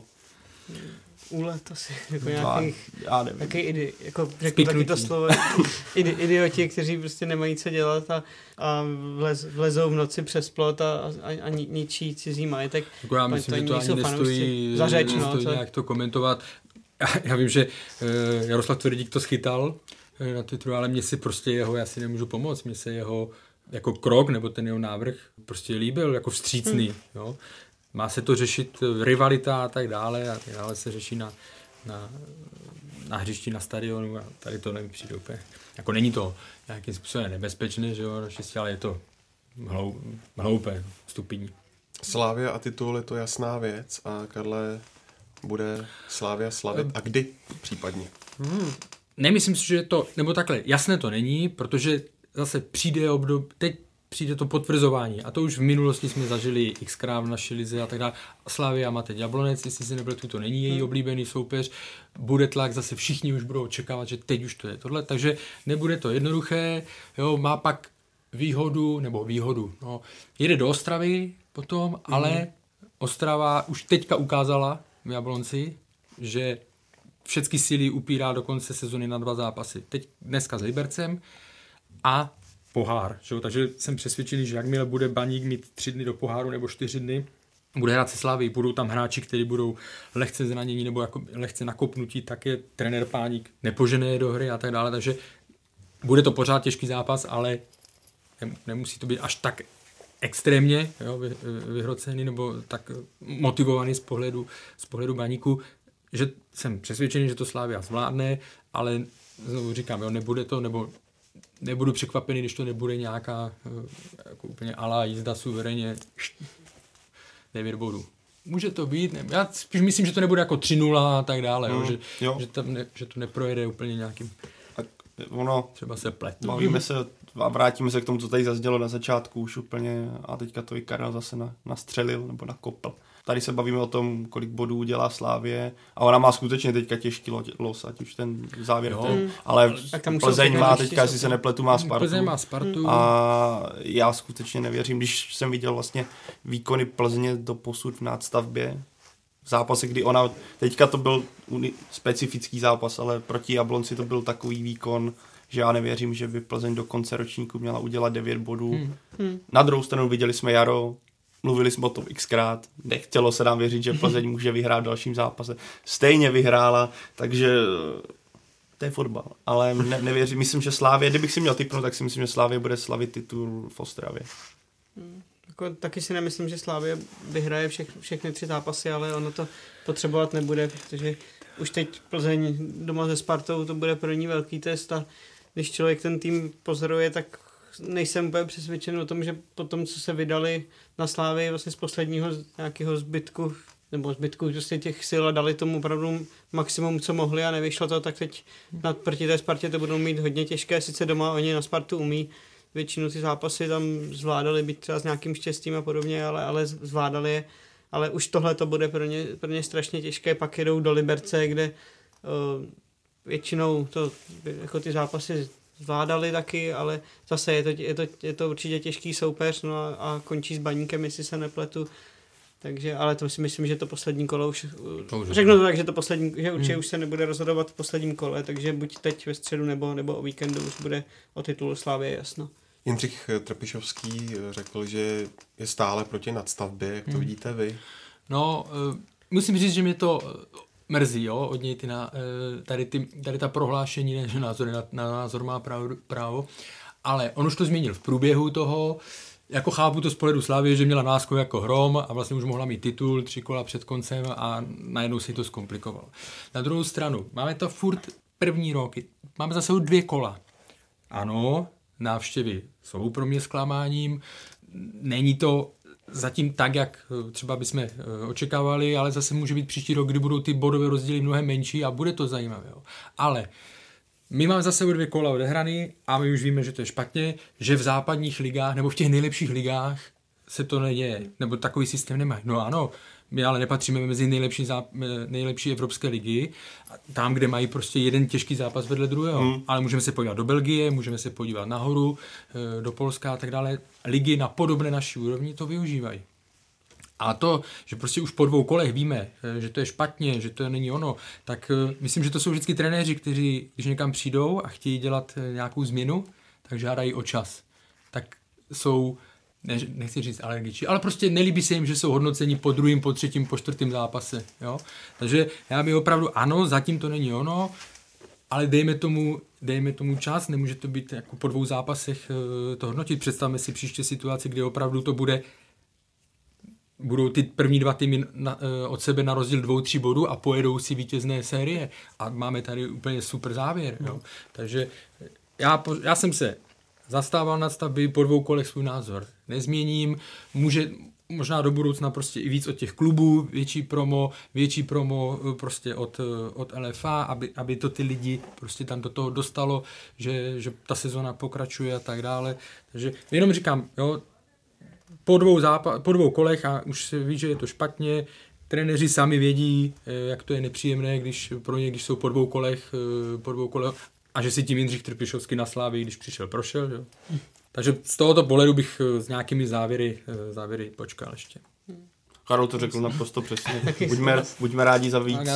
Úlet asi, jako nějaký jako řeknu Spiknutí. taky to slovo, idioti, kteří prostě nemají co dělat a vlezou v noci přes plot a ničí cizí majetek. Jako já myslím, že to ani nestojí nějak to komentovat. Já vím, že Jaroslav Tvrdík to schytal na Twitteru, ale mně si prostě já si nemůžu pomoct, mně se jeho jako krok nebo ten jeho návrh prostě líbil, jako vstřícný, jo. Má se to řešit rivalita a tak dále se řeší na hřišti, na stadionu a tady to nevím, přijde úplně. Jako není to nějakým způsobem nebezpečné, že jo, naštěstí, ale je to hloupé, stupidní. Slavia a titul je to jasná věc a Karle, bude Slavia slavit a kdy případně? Nemyslím si, že je to, nebo takhle, jasné to není, protože zase teď přijde to potvrzování a to už v minulosti jsme zažili xkrát v naší lize a tak dále. Slavia má teď Jablonec, jestli si nepletu, to není její oblíbený soupeř, bude tlak, zase všichni už budou očekávat, že teď už to je tohle, takže nebude to jednoduché, jo, má pak výhodu, no, jede do Ostravy potom, ale Ostrava už teďka ukázala v Jablonci, že všechny síly upírá do konce sezony na 2 zápasy. Teď dneska s Libercem a pohár. Že? Takže jsem přesvědčený, že jakmile bude Baník mít 3 dny do poháru nebo 4 dny, bude hrát se Slaví, budou tam hráči, kteří budou lehce zranění nebo jako lehce nakopnutí, tak je trenér Páník nepožene je do hry a tak dále, takže bude to pořád těžký zápas, ale nemusí to být až tak extrémně, jo, vyhrocený nebo tak motivovaný z pohledu Baníku, že jsem přesvědčený, že to Slavia zvládne, ale znovu říkám, jo, nebude to, nebo nebudu překvapený, když to nebude nějaká jako úplně alá jízda suverénně 9 bodů. Může to být, já spíš myslím, že to nebude jako 3-0 a tak dále, že to neprojede úplně nějakým, třeba se pletu. Bavíme se a vrátíme se k tomu, co tady zaznělo na začátku už úplně a teďka to i Karel zase nastřelil nebo nakopl. Tady se bavíme o tom, kolik bodů dělá Slávie a ona má skutečně teďka těžký los, ať už ten závěr, ale Plzeň má teďka, jestli se nepletu, má Spartu. Plzeň má Spartu. A já skutečně nevěřím, když jsem viděl vlastně výkony Plzně do posud v nadstavbě, v zápase, kdy ona, teďka to byl specifický zápas, ale proti Jablonci to byl takový výkon, že já nevěřím, že by Plzeň do konce ročníku měla udělat 9 bodů. Na druhou stranu viděli jsme jaro, mluvili jsme o tom xkrát, nechtělo se nám věřit, že Plzeň může vyhrát v dalším zápase. Stejně vyhrála, takže to je fotbal. Ale nevěřím, myslím, že Slávě, kdybych si měl tipnout, tak si myslím, že Slávě bude slavit titul v Ostravě. Jako, taky si nemyslím, že Slávě vyhraje všechny 3 zápasy, ale ono to potřebovat nebude, protože už teď Plzeň doma se Spartou, to bude pro ní velký test a když člověk ten tým pozoruje, tak nejsem úplně přesvědčen o tom, že po tom, co se vydali na Slávii vlastně z posledního nějakého zbytku prostě těch sil a dali tomu opravdu maximum, co mohli a nevyšlo to, tak teď proti té Spartě to budou mít hodně těžké, sice doma oni na Spartu umí, většinu ty zápasy tam zvládali, být třeba s nějakým štěstím a podobně, ale zvládali je, ale už tohle to bude pro ně strašně těžké, pak jedou do Liberce, kde většinou to jako ty zápasy zvládali taky, ale zase je to určitě těžký soupeř, no a končí s Baníkem, jestli se nepletu. Takže, ale to si myslím, že to poslední kolo už řeknu to tak, že to poslední, že určitě už se nebude rozhodovat v posledním kole, takže buď teď ve středu nebo o víkendu už bude o titulu Slavie jasno. Jindřich Trpišovský řekl, že je stále proti nadstavbě, jak to vidíte vy? No, musím říct, že mě to mrzí, jo, od něj tady ta prohlášení, že na názor má právo, ale on už to změnil v průběhu toho, jako chápu to z pohledu Slavie, že měla náskok jako hrom a vlastně už mohla mít titul 3 kola před koncem a najednou si to zkomplikovalo. Na druhou stranu, máme to furt první rok, máme zase 2 kola. Ano, návštěvy jsou pro mě zklamáním, není to zatím tak, jak třeba bychom očekávali, ale zase může být příští rok, kdy budou ty bodové rozdíly mnohem menší a bude to zajímavé. Jo. Ale my máme zase 2 kola odehraný a my už víme, že to je špatně, že v západních ligách nebo v těch nejlepších ligách se to neděje, nebo takový systém nemají. No ano, my ale nepatříme mezi nejlepší evropské ligy, tam, kde mají prostě jeden těžký zápas vedle druhého. Ale můžeme se podívat do Belgie, můžeme se podívat nahoru, do Polska a tak dále. Ligy na podobné naší úrovni to využívají. A to, že prostě už po 2 kolech víme, že to je špatně, že to není ono, tak myslím, že to jsou vždycky trenéři, kteří, když někam přijdou a chtějí dělat nějakou změnu, tak žádají o čas. Tak jsou, nechci říct alergičtí, ale prostě nelíbí se jim, že jsou hodnoceni po 2., po 3., po 4. zápase. Jo? Takže já bych opravdu, ano, zatím to není ono, ale dejme tomu čas, nemůže to být jako po 2 zápasech to hodnotit. Představme si příště situaci, kdy opravdu to bude budou ty první 2 týmy od sebe na rozdíl 2-3 bodů a pojedou si vítězné série a máme tady úplně super závěr. Jo. Takže já jsem se zastával nad stavby, po 2 kolech svůj názor nezměním, může možná do budoucna prostě i víc od těch klubů, větší promo prostě od LFA, aby to ty lidi prostě tam do toho dostalo, že ta sezona pokračuje a tak dále. Takže jenom říkám, jo, po 2 kolech a už se ví, že je to špatně, trenéři sami vědí, jak to je nepříjemné, když jsou po 2 kolech a že si tím Jindřich Trpišovský na Slávii, když prošel. Jo. Takže z tohoto pohledu bych s nějakými závěry počkal ještě. Karol to řekl naprosto přesně. Buďme rádi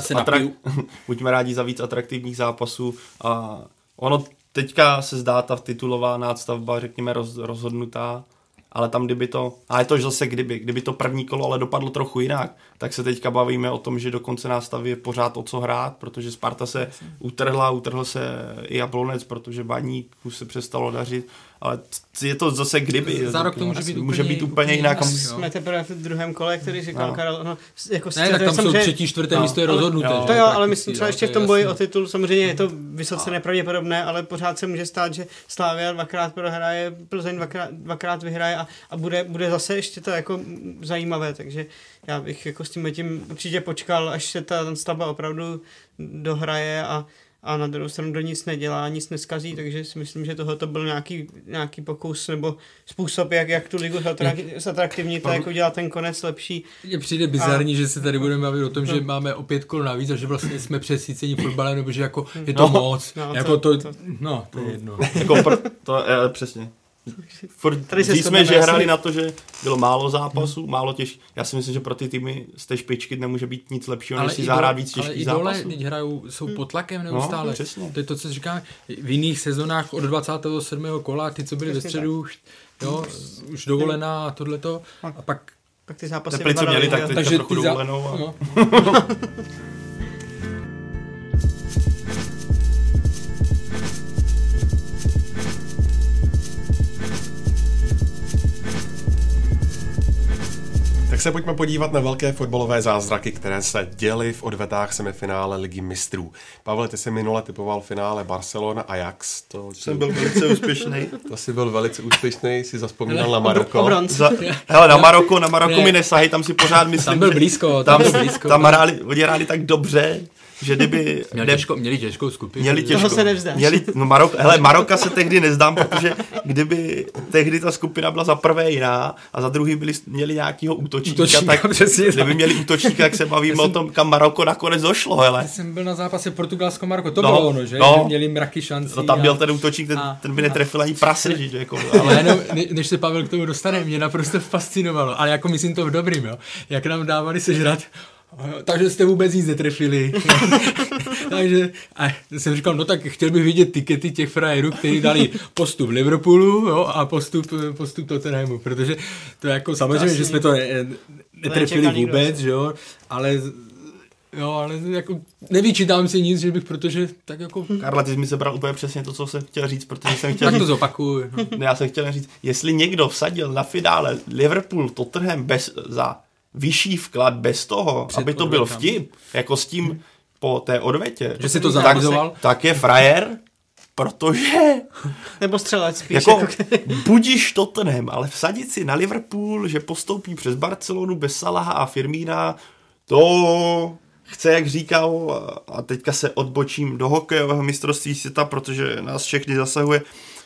za víc atraktivních zápasů. A ono teďka se zdá ta titulová nástavba, řekněme, rozhodnutá, ale tam a je to zase kdyby to první kolo ale dopadlo trochu jinak, tak se teďka bavíme o tom, že do konce nástavy je pořád o co hrát, protože Sparta se utrhl se i Jablonec, protože Baníku se přestalo dařit, ale je to zase kdyby. Za rok to může být úplně jinak. Jsme teprve v druhém kole, který říkal Karel. No, jako tak tam jsou 3., 4. místo je rozhodnuté. To jo, ale myslím třeba ještě v tom boji o titul, samozřejmě je to vysoce nepravděpodobné, ale pořád se může stát, že Slavia 2krát prohraje, Plzeň 2krát vyhraje a bude zase ještě to jako zajímavé, takže já bych jako s tím určitě počkal, až se ta stavba opravdu dohraje a na druhou stranu do nic nedělá, nic neskazí, takže si myslím, že tohle byl nějaký pokus nebo způsob, jak tu ligu zatraktivnit a jak udělat ten konec lepší. Mně přijde bizarní, že se tady budeme bavit o tom, že máme o 5 kol navíc a že vlastně jsme přesícení fotbalem, nebo že jako je to moc. To je jedno. Přesně. Když jsme že hráli na to, že bylo málo zápasů, málo těžkých. Já si myslím, že pro ty týmy z té špičky nemůže být nic lepšího, než si zahrát víc těžkých zápasů. Ale i dole, teď jsou pod tlakem neustále. To je to, co říkáme. V jiných sezonách od 27. kola, ty, co byly ve středu, jo, už dovolená a tohleto. A pak ty zápasy Tepli, co měli, tak teďka trochu dovolenou. Tak se pojďme podívat na velké fotbalové zázraky, které se děly v odvetách semifinále Ligy mistrů. Pavle, ty jsi minule typoval finále Barcelona-Ajax. Jsem byl velice úspěšný. To jsi byl velice úspěšný, jsi zazpomínal na Maroko. Hele, na Maroko mi nesahej, tam si pořád myslím, tam byl blízko. Tam hráli tak dobře, že kdyby... Měli těžkou skupinu. Toho se nevzdáš. Maroka se tehdy nezdám, protože kdyby tehdy ta skupina byla za prvé jiná a za druhý měli nějakýho útočníka, tak kdyby měli útočníka, jak se bavíme o tom, kam Maroko nakonec došlo, hele. Já jsem byl na zápase Portugalsko-Maroko, to bylo ono, že? Že měli mraky šancí. No tam byl ten útočník, ten by netrefil ani prase, že? Jako, ale než se Pavel k tomu dostane, mě naprosto fascinovalo, ale jako myslím to v dobrým, jo, jak nám dávali sežrat. Takže jste vůbec nic netrefili. Takže a jsem říkal, no tak chtěl bych vidět tikety těch frajerů, kteří dali postup Liverpoolu, jo, a postup Tottenhamu, protože to jako samozřejmě, že jsme to netrefili vůbec, jo, ale jako nevyčítám si nic, že bych, protože tak jako... Karla, ty jsi mi sebral úplně přesně to, co jsem chtěl říct, protože jsem chtěl říct... to zopakuju. Ne, já jsem chtěl říct, jestli někdo vsadil na finále Liverpool Tottenham za vyšší vklad bez toho, aby to byl vtip, jako s tím po té odvetě, že si to zanalizoval, tak je frajer, protože... Nebo střelec spíš. Jako budíš Tottenham, ale vsadit si na Liverpool, že postoupí přes Barcelonu bez Salaha a Firmína, to chce, jak říkal, a teďka se odbočím do hokejového mistrovství světa, protože nás všechny zasahuje,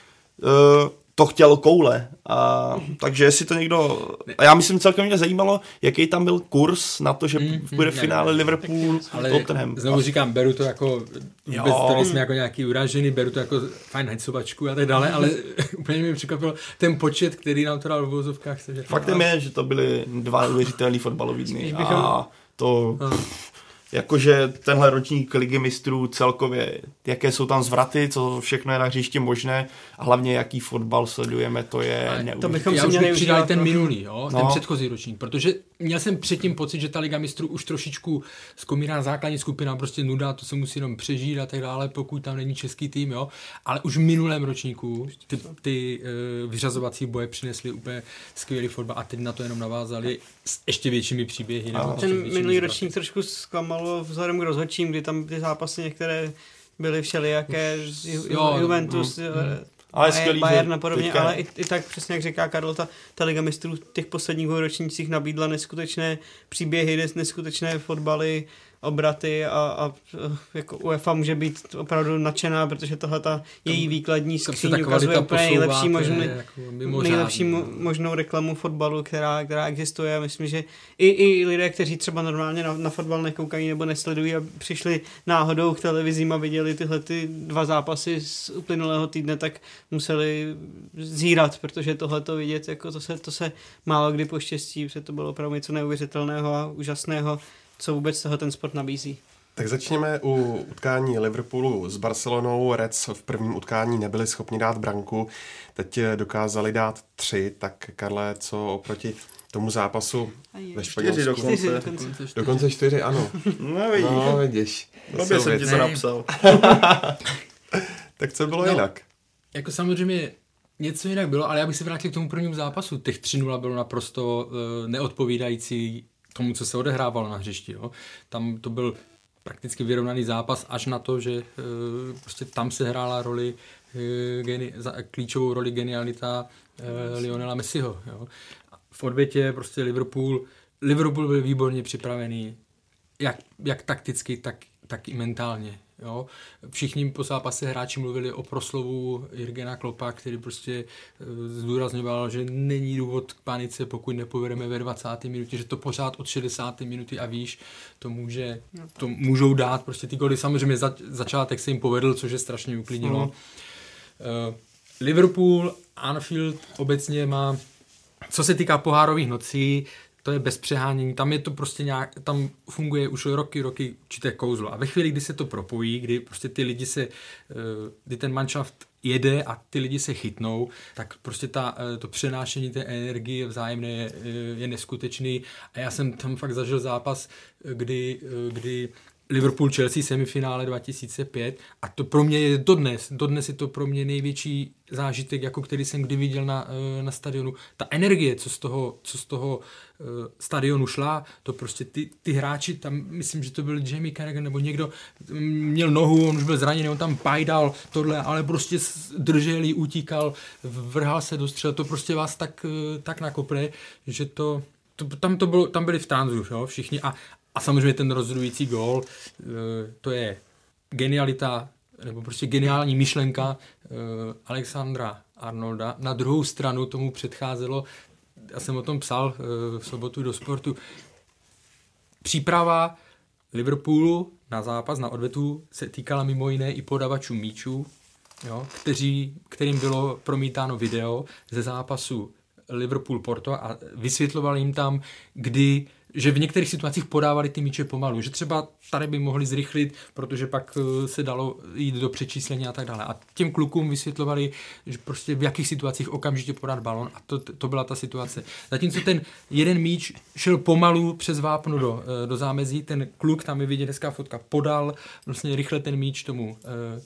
to chtěl koule. Takže jestli to někdo... A já myslím, celkem mě zajímalo, jaký tam byl kurz na to, že bude v finále Liverpool Tottenham. Znovu říkám, beru to jako... Vůbec to nejsme jako nějaký uražený, beru to jako fajn hajcovačku a tak dále, ale úplně mi překvapilo ten počet, který nám to dal v uvozovkách. Faktem je, že to byly 2 neuvěřitelný fotbalový dny. A to... Jakože tenhle ročník Ligy mistrů celkově, jaké jsou tam zvraty, co všechno je na hřišti možné a hlavně jaký fotbal sledujeme, to je neuvěřitelné. Já už bych přidal ten minulý, ten předchozí ročník, protože měl jsem předtím pocit, že ta Liga mistrů už trošičku zkomírá základní skupina, prostě nuda, to se musí jenom přežít a tak dále, pokud tam není český tým, jo. Ale už v minulém ročníku ty vyřazovací boje přinesly úplně skvělý fotbal a teď na to jenom navázali s ještě většími příběhy. Ten minulý ročník trošku zklamalo vzhledem k rozhodčím, kdy tam ty zápasy některé byly všelijaké, Juventus, Bayern a podobně, ale i tak přesně jak říká Karlo, ta Liga mistrů v těch posledních ročnících nabídla neskutečné příběhy, neskutečné fotbaly, obraty a jako UEFA může být opravdu nadšená, protože tohle ta její výkladní skříň ukazuje úplně nejlepší možnou reklamu fotbalu, která existuje. Myslím, že i lidé, kteří třeba normálně na fotbal nekoukají nebo nesledují a přišli náhodou k televizím a viděli tyhle ty 2 zápasy z uplynulého týdne, tak museli zírat, protože tohleto vidět, jako to se málo kdy poštěstí, protože to bylo opravdu něco neuvěřitelného a úžasného, co vůbec toho ten sport nabízí. Tak začněme u utkání Liverpoolu s Barcelonou. Reds v prvním utkání nebyli schopni dát branku, teď dokázali dát 3, tak Karle, co oproti tomu zápasu ve Španělsku? Dokonce 4, ano. No vidíš. Dobře jsem ti to napsal. Tak co bylo jinak? Jako samozřejmě něco jinak bylo, ale já bych se vrátil k tomu prvnímu zápasu. Těch 3-0 bylo naprosto neodpovídající tomu, co se odehrávalo na hřišti. Jo. Tam to byl prakticky vyrovnaný zápas až na to, že prostě tam se hrála klíčovou roli genialita Lionela Messiho. Jo. V odvětě prostě Liverpool byl výborně připravený, jak takticky, tak i mentálně. Jo. Všichni po zápase hráči mluvili o proslovu Jurgena Kloppa, který prostě zdůrazňoval, že není důvod k panice, pokud nepovedeme ve 20. minutě, že to pořád od 60. minuty a výš to můžou dát prostě ty goly. Samozřejmě začátek se jim povedl, což je strašně uklidnilo. Liverpool, Anfield obecně má, co se týká pohárových nocí, to je bez přehánění, tam je to prostě tam funguje už roky určité kouzlo. A ve chvíli, kdy se to propojí, kdy prostě ty lidi kdy ten manšaft jede a ty lidi se chytnou, tak prostě to přenášení té energie vzájemné je neskutečný. A já jsem tam fakt zažil zápas, kdy Liverpool-Chelsea semifinále 2005 a to pro mě je dodnes je to pro mě největší zážitek, jako který jsem kdy viděl na stadionu. Ta energie, co z toho stadionu šla, to prostě ty hráči, tam myslím, že to byl Jamie Carragher nebo někdo, měl nohu, on už byl zraněný, on tam pajdal tohle, ale prostě držel jí, utíkal, vrhal se do střel, to prostě vás tak nakopne, že tam byli v tanzu, jo, všichni a samozřejmě ten rozhodující gól, to je genialita, nebo prostě geniální myšlenka Alexandra Arnolda. Na druhou stranu tomu předcházelo, já jsem o tom psal v sobotu do Sportu, příprava Liverpoolu na zápas, na odvetu se týkala mimo jiné i podavačů míčů, jo, kterým bylo promítáno video ze zápasu Liverpool-Porto a vysvětlovali jim tam, že v některých situacích podávali ty míče pomalu, že třeba tady by mohli zrychlit, protože pak se dalo jít do přečíslení a tak dále. A těm klukům vysvětlovali, že prostě v jakých situacích okamžitě podat balon a to byla ta situace. Zatímco ten jeden míč šel pomalu přes vápno do zámezí, ten kluk, tam je vidět hezká fotka, podal vlastně rychle ten míč tomu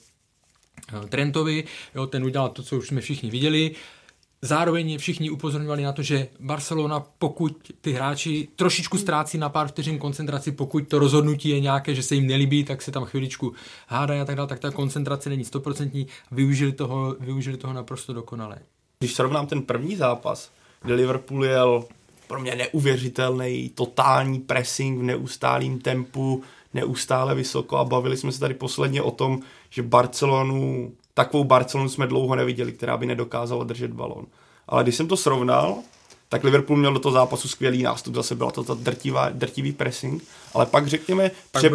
Trentovi, jo, ten udělal to, co už jsme všichni viděli. Zároveň všichni upozorňovali na to, že Barcelona, pokud ty hráči trošičku ztrácí na pár vteřin koncentraci, pokud to rozhodnutí je nějaké, že se jim nelíbí, tak se tam chviličku hádají a tak dále, tak ta koncentrace není 100%, využili toho naprosto dokonale. Když srovnám ten první zápas, kde Liverpool jel pro mě neuvěřitelný, totální pressing v neustálém tempu, neustále vysoko a bavili jsme se tady posledně o tom, že takovou Barcelonu jsme dlouho neviděli, která by nedokázala držet balón. Ale když jsem to srovnal, tak Liverpool měl do toho zápasu skvělý nástup, zase byla to drtivý pressing, ale pak řekněme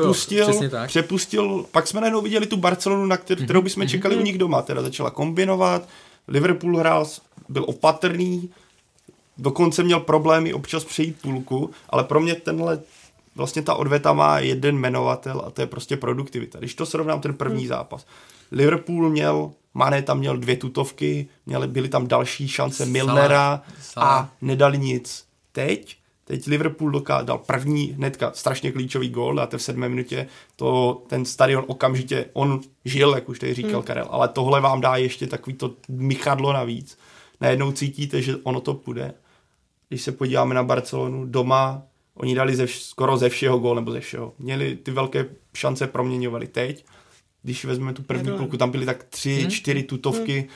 přepustil, pak jsme najednou viděli tu Barcelonu, na kterou bychom čekali u nich doma, teda začala kombinovat, Liverpool byl opatrný, dokonce měl problémy občas přejít půlku, ale pro mě vlastně ta odveta má jeden jmenovatel a to je prostě produktivita. Když to srovnám ten první zápas, Liverpool Mané tam měl 2 tutovky, byly tam další šance Milnera a nedali nic. Teď Teď Liverpool dal první hnedka strašně klíčový gól, dáte v 7. minutě, ten stadion okamžitě, on žil, jak už tady říkal Karel, ale tohle vám dá ještě takový to mychadlo navíc. Najednou cítíte, že ono to půjde. Když se podíváme na Barcelonu doma, oni dali skoro ze všeho gól, nebo ze všeho. Měli ty velké šance, proměňovali teď. Když vezmeme tu první půlku, tam byly tak 3-4 tutovky.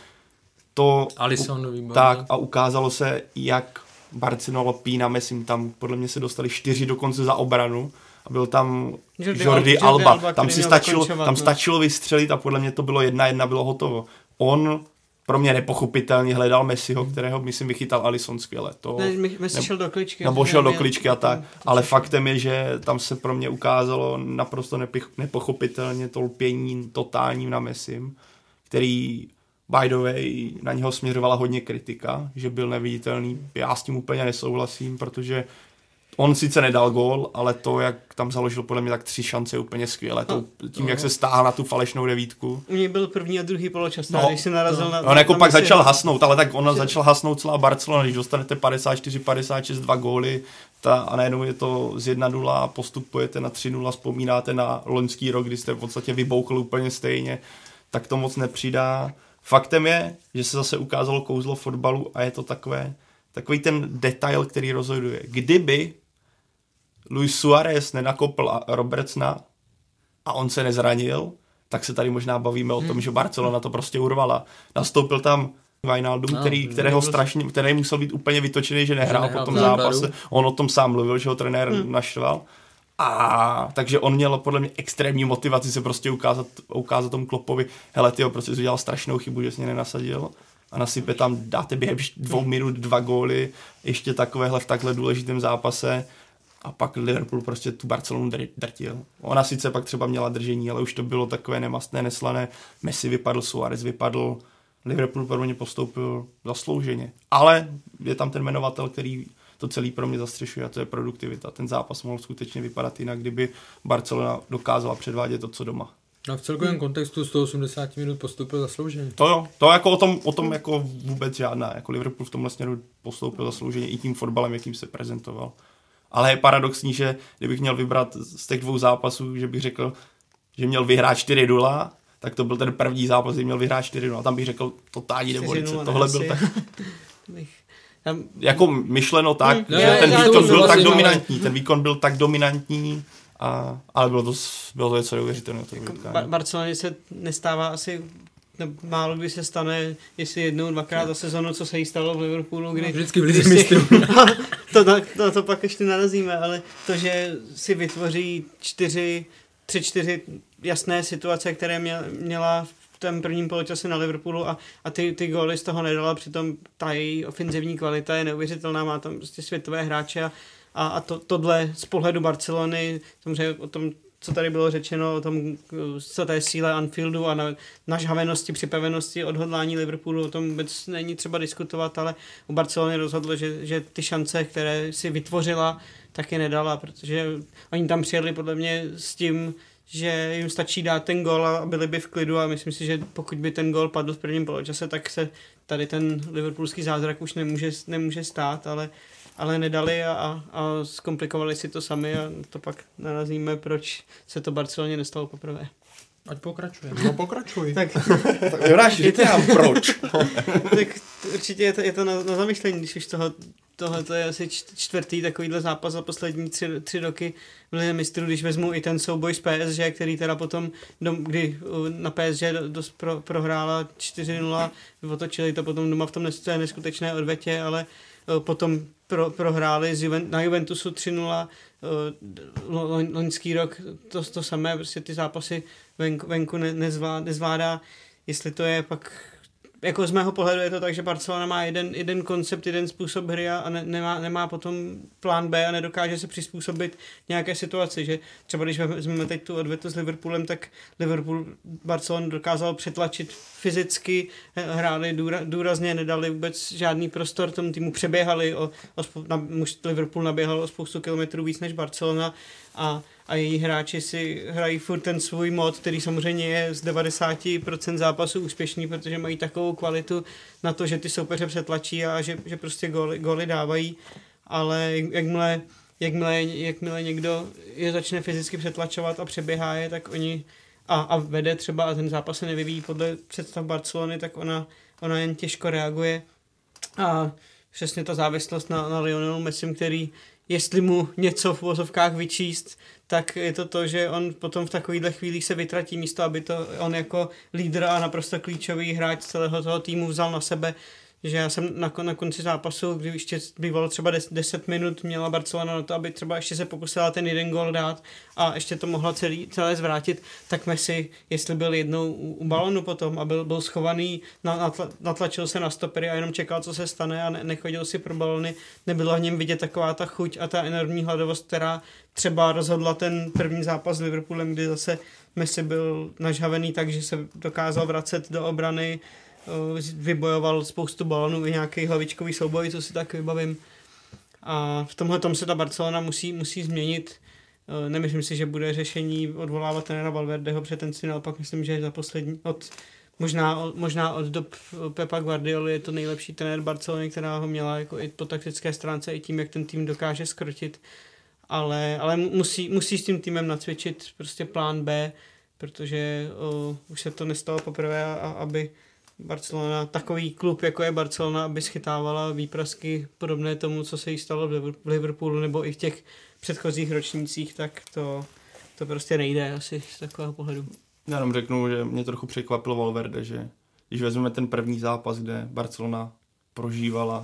Alisson, tak a ukázalo se, jak Barcelona lopí na Messim. Tam podle mě se dostali 4 dokonce za obranu a byl tam Jordi Alba. Tam stačilo vystřelit a podle mě to bylo 1-1, bylo hotovo. On pro mě nepochopitelně hledal Messiho, kterého myslím vychytal Alisson skvěle. Messi šel do kličky. Nebo šel do kličky a tak. Ale faktem je, že tam se pro mě ukázalo naprosto nepochopitelně to lpění totálním na Messim, který by the way, na něho směřovala hodně kritika, že byl neviditelný. Já s tím úplně nesouhlasím, protože on sice nedal gól, ale to, jak tam založil podle mě tak 3 šance, je úplně skvěle. Tím, jak se stáhl na tu falešnou 9. U něj byl první a druhý poločas, když se narazil na... On jako pak začal hasnout, ale tak ona začala hasnout celá Barcelona, když dostanete 54-56, 2 góly a najednou je to z 1-0 a postupujete na 3-0, vzpomínáte na loňský rok, kdy jste v podstatě vybouchli úplně stejně, tak to moc nepřidá. Faktem je, že se zase ukázalo kouzlo fotbalu a je to takový ten detail, který rozhoduje. Kdyby Luis Suárez nenakopl Robertsona a on se nezranil, tak se tady možná bavíme o tom, že Barcelona to prostě urvala. Nastoupil tam Wijnaldum, který musel být úplně vytočený, že nehrál po tom zápase. On o tom sám mluvil, že ho trenér naštval. Takže on měl podle mě extrémní motivaci se prostě ukázat tomu Kloppovi, hele tyjo, prostě udělal strašnou chybu, že jsi mě nenasadil a nasype tam, dáte během 2 minut 2 góly, ještě takovéhle v takhle důležitém zápase a pak Liverpool prostě tu Barcelonu drtil. Ona sice pak třeba měla držení, ale už to bylo takové nemastné, neslané. Messi vypadl, Suárez vypadl, Liverpool pro mě postoupil zaslouženě. Ale je tam ten jmenovatel, který to celý pro mě zastřešuje a to je produktivita. Ten zápas mohl skutečně vypadat jinak, kdyby Barcelona dokázala předvádět to, co doma. No v celkovém kontextu 180 minut postoupil zaslouženě. To jo, to jako o tom jako vůbec žádná. Jako Liverpool v tomhle směru postoupil zaslouženě i tím fotbalem, jakým se prezentoval. Ale je paradoxní, že kdybych měl vybrat z těch 2 zápasů, že bych řekl, že měl vyhrát 4-0, tak to byl ten první zápas, kdy měl vyhrát 4-0. Tam bych řekl totální demolice. Tohle byl tak... Jako myšleno tak, že ten výkon byl tak dominantní. Ten výkon byl tak dominantní, ale bylo to něco neuvěřitelného. Barceloně se nestává asi, málo kdy se stane, jestli 1-2krát za sezonu, co se jí stalo v Liverpoolu, kdy... Vždycky v lize mistrů. To pak ještě narazíme, ale to, že si vytvoří 3-4 jasné situace, které měla v tom prvním poločase na Liverpoolu a ty góly z toho nedala, přitom ta její ofenzivní kvalita je neuvěřitelná, má tam prostě světové hráče a tohle z pohledu Barcelony, samozřejmě o tom, co tady bylo řečeno, o tom, co té síle Anfieldu a nažhavenosti, připravenosti, odhodlání Liverpoolu, o tom vůbec není třeba diskutovat, ale u Barcelony rozhodlo, že ty šance, které si vytvořila, taky nedala, protože oni tam přijeli podle mě s tím, že jim stačí dát ten gól a byli by v klidu a myslím si, že pokud by ten gól padl v prvním poločase, tak se tady ten liverpoolský zázrak už nemůže stát, ale nedali a zkomplikovali si to sami a to pak narazíme, proč se to Barceloně nestalo poprvé. Ať pokračuje. No pokračuj. Tak Jonáš, řekni nám proč. Tak určitě je to na zamyšlení, když už tohle je asi 4. takovýhle zápas za poslední 3 roky v Lize mistrů, když vezmu i ten souboj s PSG, který teda potom, kdy na PSG dost prohrála 4-0, otočili to potom doma v tom neskutečné odvetě, ale potom prohráli na Juventusu 3-0, loňský rok to samé, prostě ty zápasy venku nezvládá, jestli to je pak... Jako z mého pohledu je to tak, že Barcelona má jeden koncept, jeden způsob hry a nemá potom plán B a nedokáže se přizpůsobit nějaké situaci, že třeba když vezmeme teď tu odvetu s Liverpoolem, tak Barcelona dokázal přetlačit fyzicky, hráli důrazně, nedali vůbec žádný prostor tomu týmu, přeběhali, Liverpool naběhal o spoustu kilometrů víc než Barcelona a její hráči si hrají furt ten svůj mod, který samozřejmě je z 90% zápasů úspěšný, protože mají takovou kvalitu na to, že ty soupeře přetlačí a že prostě góly dávají. ale jakmile někdo je začne fyzicky přetlačovat a přeběhá je, tak oni a vede třeba a ten zápas se nevyvíjí podle představ Barcelony, tak ona jen těžko reaguje a přesně ta závislost na Lionelu Messim, který jestli mu něco v uvozovkách vyčíst, tak je to, že on potom v takovýchhle chvílích se vytratí místo, aby to on jako lídr a naprosto klíčový hráč celého toho týmu vzal na sebe, že já jsem na konci zápasu, kdy ještě bývalo třeba 10 minut, měla Barcelona na to, aby třeba ještě se pokusila ten jeden gól dát a ještě to mohla celé zvrátit, tak Messi, jestli byl jednou u balonu potom a byl schovaný, natlačil se na stopery a jenom čekal, co se stane a nechodil si pro balony, nebylo v něm vidět taková ta chuť a ta enormní hladovost, která třeba rozhodla ten první zápas s Liverpoolem, kdy zase Messi byl nažhavený tak, že se dokázal vracet do obrany, vybojoval spoustu balonů i nějaký hlavičkový souboj, co si tak vybavím. A v tomhle tom se ta Barcelona musí změnit. Nemyslím si, že bude řešení odvolávat trenéra Valverdeho, protože ten si naopak myslím, že za poslední možná od dob Pepa Guardioly je to nejlepší trenér Barcelony, která ho měla jako i po taktické stránce, i tím, jak ten tým dokáže skrotit. Ale musí s tím týmem nacvičit prostě plán B, protože už se to nestalo poprvé, aby Barcelona, takový klub, jako je Barcelona, aby schytávala výprasky podobné tomu, co se jí stalo v Liverpoolu nebo i v těch předchozích ročnících, tak to prostě nejde asi z takového pohledu. Já jenom řeknu, že mě trochu překvapilo Valverde, že když vezmeme ten první zápas, kde Barcelona prožívala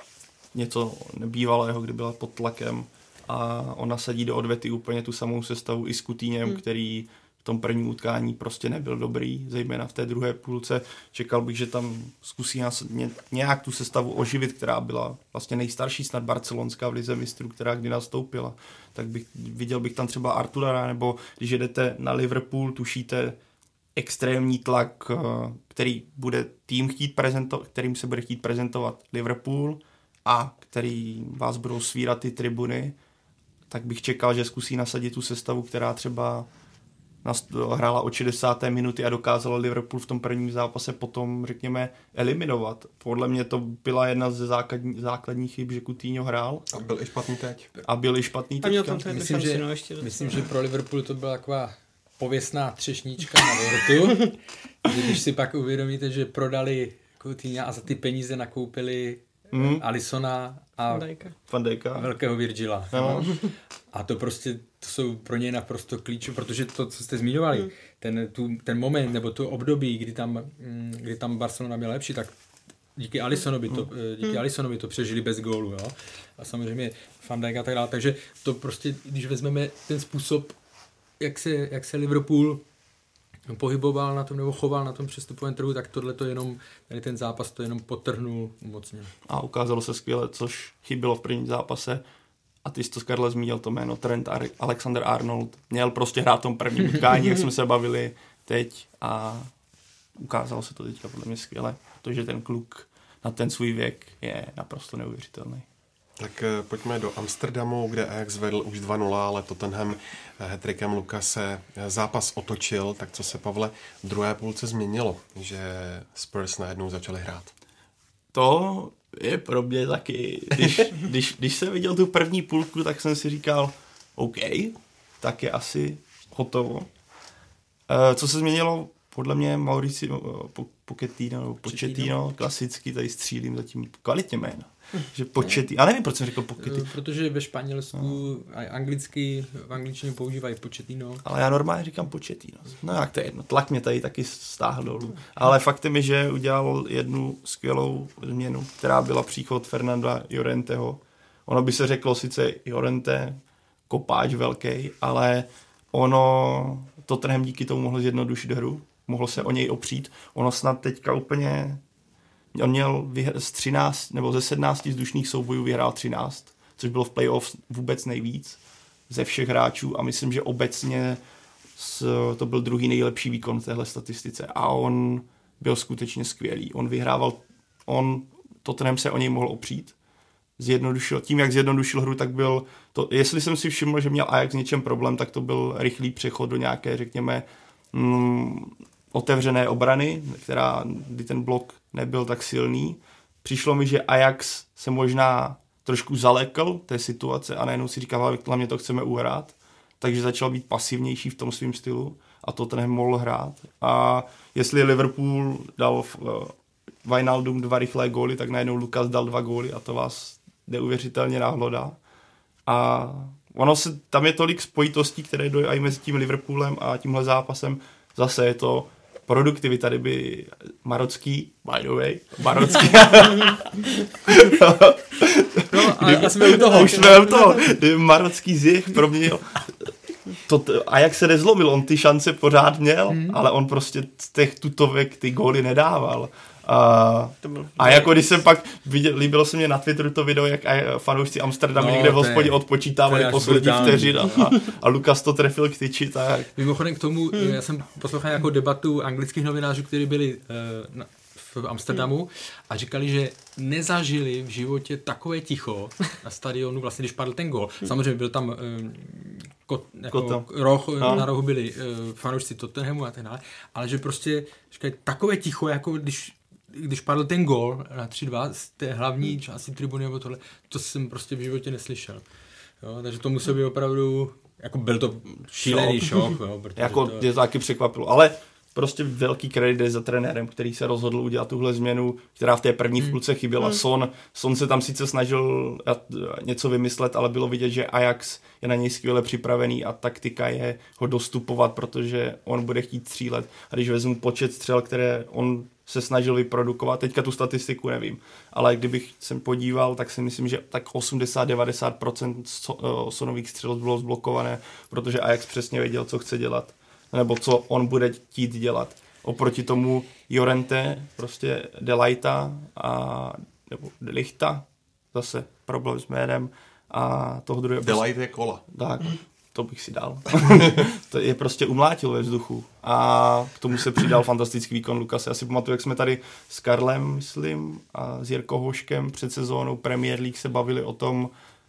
něco nebývalého, kdy byla pod tlakem a ona sadí do odvety úplně tu samou sestavu i s Coutinhem, který v tom prvním utkání prostě nebyl dobrý, zejména v té druhé půlce. Čekal bych, že tam zkusí nějak tu sestavu oživit, která byla vlastně nejstarší snad barcelonská v lize mistrů, která kdy nastoupila. Tak viděl bych tam třeba Artura, nebo když jedete na Liverpool, tušíte extrémní tlak, který bude tým kterým se bude chtít prezentovat Liverpool a který vás budou svírat ty tribuny, tak bych čekal, že zkusí nasadit tu sestavu, která třeba hrála od 60. minuty a dokázala Liverpool v tom prvním zápase potom, řekněme, eliminovat. Podle mě to byla jedna ze základních chyb, že Coutinho hrál. A byl i špatný teď. Myslím, že pro Liverpool to byla taková pověstná třešnička na dortu. Když si pak uvědomíte, že prodali Coutinha a za ty peníze nakoupili Alissona a Van Dijka. Velkého Virgila. No. A to prostě to jsou pro ně naprosto klíčové, protože to, co jste zmiňovali, ten moment nebo to období, kdy tam Barcelona byla lepší, tak díky Alissonovi to přežili bez gólu. Jo? A samozřejmě Van Dijk a tak dále. Takže to prostě, když vezmeme ten způsob, jak se Liverpool pohyboval na tom nebo choval na tom přestupovém trhu, tak tohle to jenom, tady ten zápas to jenom podtrhnul mocně. A ukázalo se skvěle, což chybělo v prvním zápase. A ty jsi to, Karle, zmínil to jméno Trent Alexander-Arnold. Měl prostě hrát v tom prvním utkání, jak jsme se bavili teď a ukázalo se to teďka podle mě skvěle, protože ten kluk na ten svůj věk je naprosto neuvěřitelný. Tak pojďme do Amsterdamu, kde Ajax vedl už 2-0, ale Tottenham hat-trickem Lukase zápas otočil. Tak co se, Pavle, v druhé půlce změnilo, že Spurs najednou začali hrát? To je pro mě taky, když jsem viděl tu první půlku, tak jsem si říkal, OK, tak je asi hotovo. Co se změnilo? Podle mě Mauricio Pochettino, klasicky, tady střílím zatím kvalitně jména. Že Pochettino, a nevím, proč jsem řekl Pochettino. Protože ve Španělsku v angličtině používají Pochettino. Ale já normálně říkám Pochettino. No jak to je jedno, tlak mě tady taky stáhl dolů. Ale faktem je, že udělal jednu skvělou změnu, která byla příchod Fernanda Llorenteho. Ono by se řeklo sice Llorente, kopáč velký, ale Tottenham díky tomu mohl zjednodušit hru. Mohlo se o něj opřít. Ono snad teďka úplně... On měl z 13 nebo ze 17 vzdušných soubojů vyhrál 13, což bylo v playoff vůbec nejvíc ze všech hráčů a myslím, že obecně to byl druhý nejlepší výkon v téhle statistice a on byl skutečně skvělý. On vyhrával, Tottenham se o něj mohl opřít. Tím, jak zjednodušil hru, tak byl to, jestli jsem si všiml, že měl Ajax s něčem problém, tak to byl rychlý přechod do nějaké, řekněme, otevřené obrany, kdy ten blok nebyl tak silný. Přišlo mi, že Ajax se možná trošku zalekl té situace a najednou si říkal, hlavně to chceme uhrát, takže začal být pasivnější v tom svým stylu a Tottenham mohl hrát. A jestli Liverpool dal Wijnaldum 2 rychlé góly, tak najednou Lukas dal 2 góly a to vás neuvěřitelně nahlodá. A tam je tolik spojitostí, které jdou i mezi tím Liverpoolem a tímhle zápasem. Zase je to produktivita, kdyby marocký, by the way, marocký. A jsme u toho. Už jsme u toho. Kdyby marocký zjich proměnil. A jak se nezlomil, on ty šance pořád měl, ale on prostě z těch tutovek ty góly nedával. A jako když jsem pak viděl, líbilo se mě na Twitteru to video, jak fanoušci Amsterdamu někde v hospodě odpočítávali poslední vteřin a Lukas to trefil k tyči. Tak. Mimochodem k tomu, já jsem poslouchal jako debatu anglických novinářů, kteří byli v Amsterdamu a říkali, že nezažili v životě takové ticho na stadionu, vlastně když padl ten gól. Samozřejmě byl tam roh, na rohu byli fanoušci Tottenhamu a tak dále, ale že prostě říkali, takové ticho, jako když padl ten gól na 3-2 z té hlavní části tribuny nebo tohle, to jsem prostě v životě neslyšel. Jo, takže to muselo být opravdu, jako byl to šílený šok. Jo, jako to je taky překvapilo, ale prostě velký kredit za trenérem, který se rozhodl udělat tuhle změnu, která v té první půlce chyběla. Son se tam sice snažil něco vymyslet, ale bylo vidět, že Ajax je na něj skvěle připravený a taktika je ho dostupovat, protože on bude chtít střílet. A když vezmu počet střel, které on se snažil vyprodukovat, teďka tu statistiku nevím, ale kdybych se podíval, tak si myslím, že tak 80-90% Sonových střel bylo zblokované, protože Ajax přesně věděl, co chce dělat, nebo co on bude chtít dělat. Oproti tomu Llorente, prostě Delighta nebo Delichta, zase problém s jménem, a toho druhého. Delight je kola. Tak, to bych si dal. To je prostě umlátil ve vzduchu. A k tomu se přidal fantastický výkon Lukase. Já si pamatuju, jak jsme tady s Karlem, myslím, a s Jirkou Hoškem před sezónou Premier League se bavili o tom,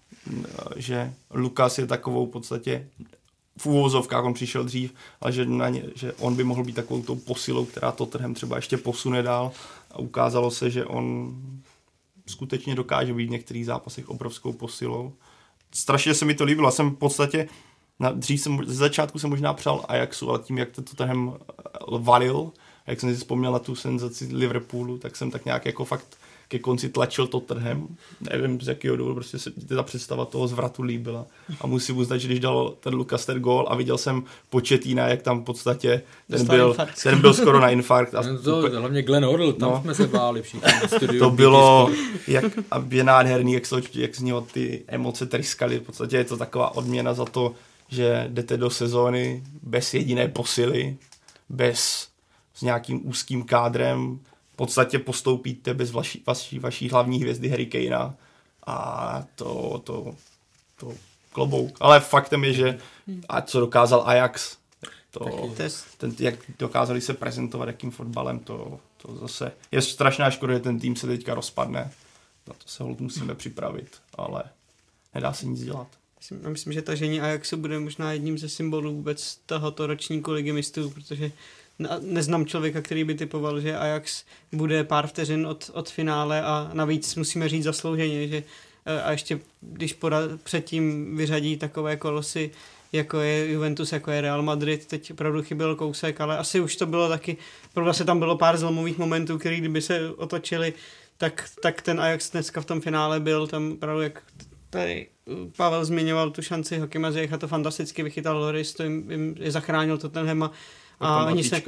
že Lukas je takovou v podstatě v úvozovkách, on přišel dřív, ale že on by mohl být takovou tou posilou, která Tottenham třeba ještě posune dál, a ukázalo se, že on skutečně dokáže být v některých zápasech obrovskou posilou. Strašně se mi to líbilo, já jsem v podstatě ze začátku jsem možná přál Ajaxu, ale tím, jak to Tottenham valil, jak jsem si vzpomněl na tu senzaci Liverpoolu, tak jsem tak nějak jako fakt ke konci tlačil Tottenham. Nevím, z jakého důvodu, prostě se ta představa toho zvratu líbila. A musím uznat, že když dal ten Lukas ten gól a viděl jsem Početína, jak tam v podstatě ten byl skoro na infarkt. A hlavně Glenn Hoddle, tam jsme se báli všichni. To bylo je nádherný, jak z něho ty emoce tryskaly. V podstatě je to taková odměna za to, že jdete do sezóny bez jediné posily, s nějakým úzkým kádrem, v podstatě postoupíte bez vaší hlavní hvězdy Harry Kanea a to klobouk. Ale faktem je, že a co dokázal Ajax, jak dokázali se prezentovat jakým fotbalem, to zase je strašná škoda, že ten tým se teďka rozpadne. Na to se musíme připravit, ale nedá se nic dělat. Myslím, že tažení Ajaxu bude možná jedním ze symbolů vůbec tohoto ročníku ligy mistrů, protože neznám člověka, který by typoval, že Ajax bude pár vteřin od finále a navíc musíme říct zaslouženě, že a ještě když předtím vyřadí takové kolosy, jako je Juventus, jako je Real Madrid, teď opravdu chyběl kousek, ale asi už to bylo taky, protože se tam bylo pár zlomových momentů, který kdyby se otočili, tak ten Ajax dneska v tom finále byl tam opravdu, jak tady Pavel zmiňoval tu šanci Hakima Ziyecha, to fantasticky vychytal Loris, to jim zachránil Tottenham a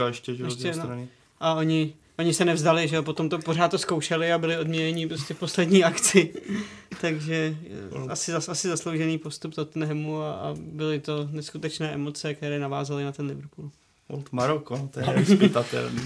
oni se nevzdali, že jo, potom pořád to zkoušeli a byli odměněni prostě poslední akci. Takže asi zasloužený postup Tottenhamu a byly to neskutečné emoce, které navázaly na ten Liverpool. Old Maroko, to je vyspytatelný.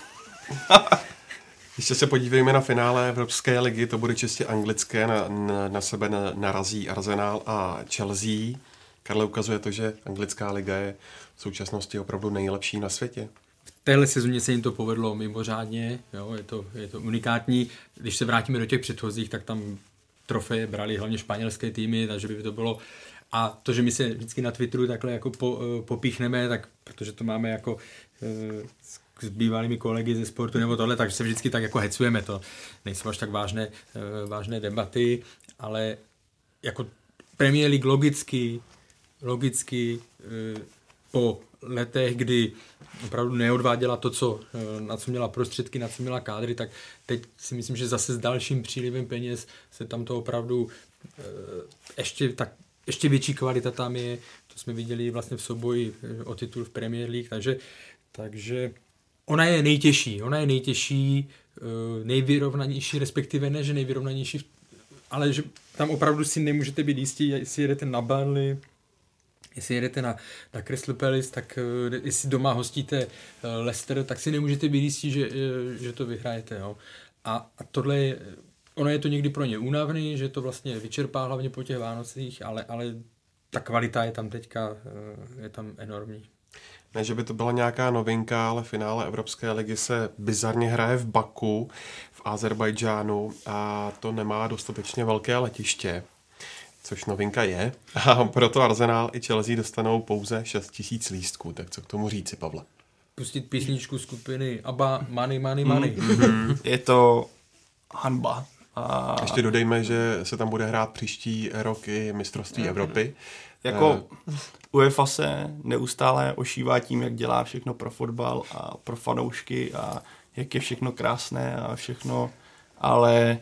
Ještě se podívejme na finále Evropské ligy, to bude čistě anglické, na sebe narazí Arsenal a Chelsea. Karle, ukazuje to, že anglická liga je v současnosti opravdu nejlepší na světě. V téhle sezóně se jim to povedlo mimořádně, jo, je to unikátní. Když se vrátíme do těch předchozích, tak tam trofeje brali hlavně španělské týmy, takže by to bylo. A to, že my se vždycky na Twitteru takhle jako popíchneme, tak protože to máme jako s bývalými kolegy ze sportu nebo tohle, takže se vždycky tak jako hecujeme, to nejsou až tak vážné debaty, ale jako Premier League logicky po letech, kdy opravdu neodváděla to, na co měla prostředky, na co měla kádry, tak teď si myslím, že zase s dalším přílivem peněz se tam to opravdu ještě větší kvalita tam je. To jsme viděli vlastně v souboji o titul v Premier League, takže ona je nejtěžší, nejvyrovnanější, respektive ne, že nejvyrovnanější, ale že tam opravdu si nemůžete být jistí, jestli jedete na Burnley, jestli jedete na Crystal Palace, tak jestli doma hostíte Leicester, tak si nemůžete být jistí, že to vyhrajete. Jo. A tohle je, ono je to někdy pro ně únavný, že to vlastně vyčerpá hlavně po těch Vánocích, ale ta kvalita je tam teďka je tam enormní. Ne, že by to byla nějaká novinka, ale finále Evropské ligy se bizarně hraje v Baku, v Azerbajdžánu a to nemá dostatečně velké letiště, což novinka je. A proto Arsenal i Chelsea dostanou pouze 6 000 lístků. Tak co k tomu říci, Pavle? Pustit písničku skupiny ABBA Money. Je to hanba. A ještě dodejme, že se tam bude hrát příští rok i mistrovství Evropy. Jako UEFA se neustále ošívá tím, jak dělá všechno pro fotbal a pro fanoušky a jak je všechno krásné a všechno, ale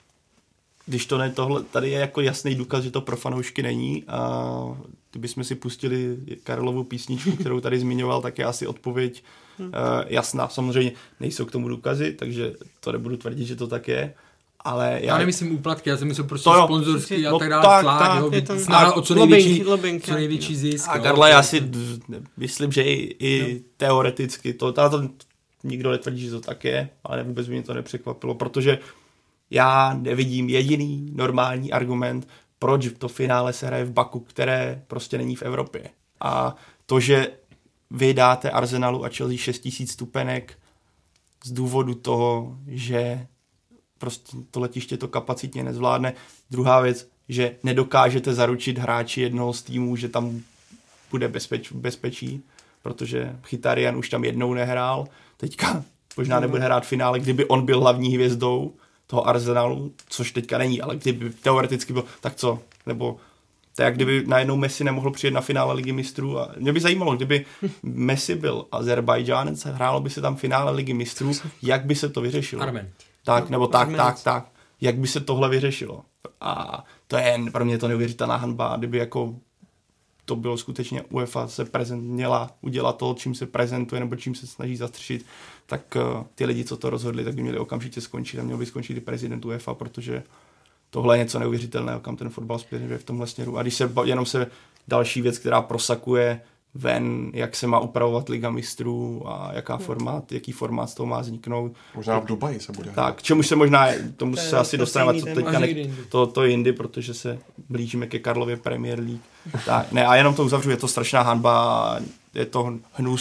když to ne tohle, tady je jako jasný důkaz, že to pro fanoušky není a kdybychom si pustili Karlovu písničku, kterou tady zmiňoval, tak je asi odpověď jasná. Samozřejmě nejsou k tomu důkazy, takže to nebudu tvrdit, že to tak je. Ale já nemyslím úplatky, já jsem myslel prostě to sponzorský a tak dále, snaha o co největší zisk. A Karla, já si myslím, že i teoreticky to nikdo netvrdí, že to tak je, ale vůbec mě to nepřekvapilo, protože já nevidím jediný normální argument, proč to finále se hraje v Baku, které prostě není v Evropě. A to, že vy dáte Arsenalu a Chelsea 6 000 stupenek z důvodu toho, že prostě to letiště to kapacitně nezvládne. Druhá věc, že nedokážete zaručit hráči jednoho z týmů, že tam bude bezpečí, protože Mkhitaryan už tam jednou nehrál, teďka možná nebude hrát v finále, kdyby on byl hlavní hvězdou toho Arsenalu, což teďka není, ale kdyby teoreticky byl, tak co? Nebo to je, jak kdyby najednou Messi nemohl přijet na finále Ligy mistrů. A mě by zajímalo, kdyby Messi byl Azerbajdžánec, hrálo by se tam finále Ligy mistrů, jak by se to vyřešilo? Armen. Tak, nebo tak. Jak by se tohle vyřešilo? A to je pro mě to neuvěřitelná hanba, kdyby jako to bylo skutečně UEFA se měla udělat to, čím se prezentuje nebo čím se snaží zastřešit, tak ty lidi, co to rozhodli, tak by měli okamžitě skončit a měl by skončit i prezident UEFA, protože tohle je něco neuvěřitelného, kam ten fotbal směřuje v tomhle směru. A když se jenom další věc, která prosakuje ven, jak se má upravovat Liga mistrů a jaký formát z toho má vzniknout. Možná v Dubaji se bude. Tak, čemuž se možná, tomu se asi dostaneme, co teďka to je jindy, protože se blížíme ke Karlově Premier League. Tak, ne, a jenom to uzavřu, je to strašná hanba, je to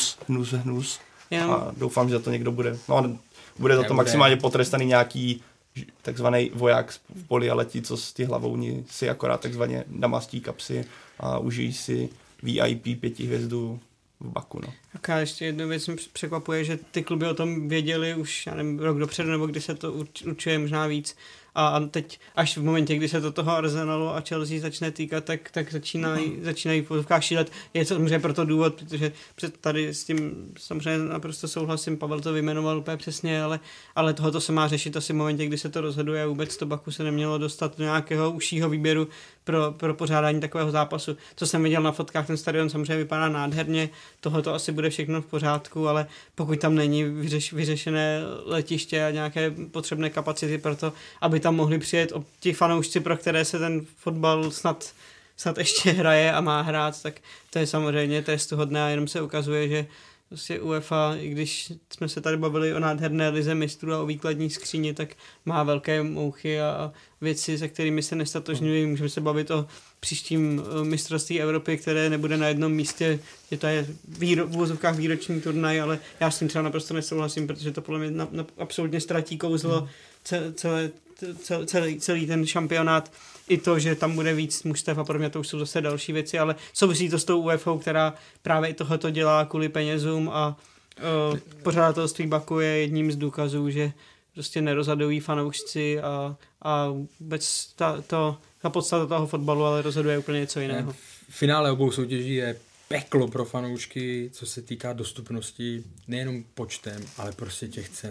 hnus. A doufám, že za to někdo bude. No, bude za to maximálně potrestaný nějaký takzvaný voják v poli a letí, co s ty hlavouni si akorát takzvaně namastí kapsy a užijí si VIP 5 hvězdu v Baku. No. Tak a ještě jednu věc mě překvapuje, že ty kluby o tom věděli už, já nevím, rok dopředu, nebo kdy se to určuje možná víc. A teď až v momentě, kdy se to toho Arsenalu a Chelsea začne týkat, tak začínají v pozovkách šílet. Je samozřejmě proto důvod, protože tady s tím samozřejmě naprosto souhlasím, Pavel to vyjmenoval úplně přesně, ale tohoto se má řešit asi v momentě, kdy se to rozhoduje a vůbec to Baku se nemělo dostat do nějakého užšího výběru pro pořádání takového zápasu. Co jsem viděl na fotkách, ten stadion samozřejmě vypadá nádherně, tohoto asi bude všechno v pořádku, ale pokud tam není vyřešené letiště a nějaké potřebné kapacity pro to, aby tam mohli přijet ti fanoušci, pro které se ten fotbal snad ještě hraje a má hrát, tak to je samozřejmě trestuhodné a jenom se ukazuje, že prostě UEFA, i když jsme se tady bavili o nádherné lize mistrů a o výkladní skříni, tak má velké mouchy a věci, se kterými se nestatožňují. Můžeme se bavit o příštím mistrovství Evropy, které nebude na jednom místě, že to je v uvozovkách výroční turnaj, ale já s tím třeba naprosto nesouhlasím, protože to podle mě absolutně ztratí kouzlo celý ten šampionát. I to, že tam bude víc mužstev a podobně, to už jsou zase další věci, ale souvisí to s tou UEFA, která právě i tohoto dělá kvůli penězům a pořadatelství Baku je jedním z důkazů, že prostě nerozhodují fanoušci a vůbec ta podstata toho fotbalu, ale rozhoduje úplně něco jiného. V finále obou soutěží je peklo pro fanoušky, co se týká dostupnosti, nejenom počtem, ale prostě těch cen.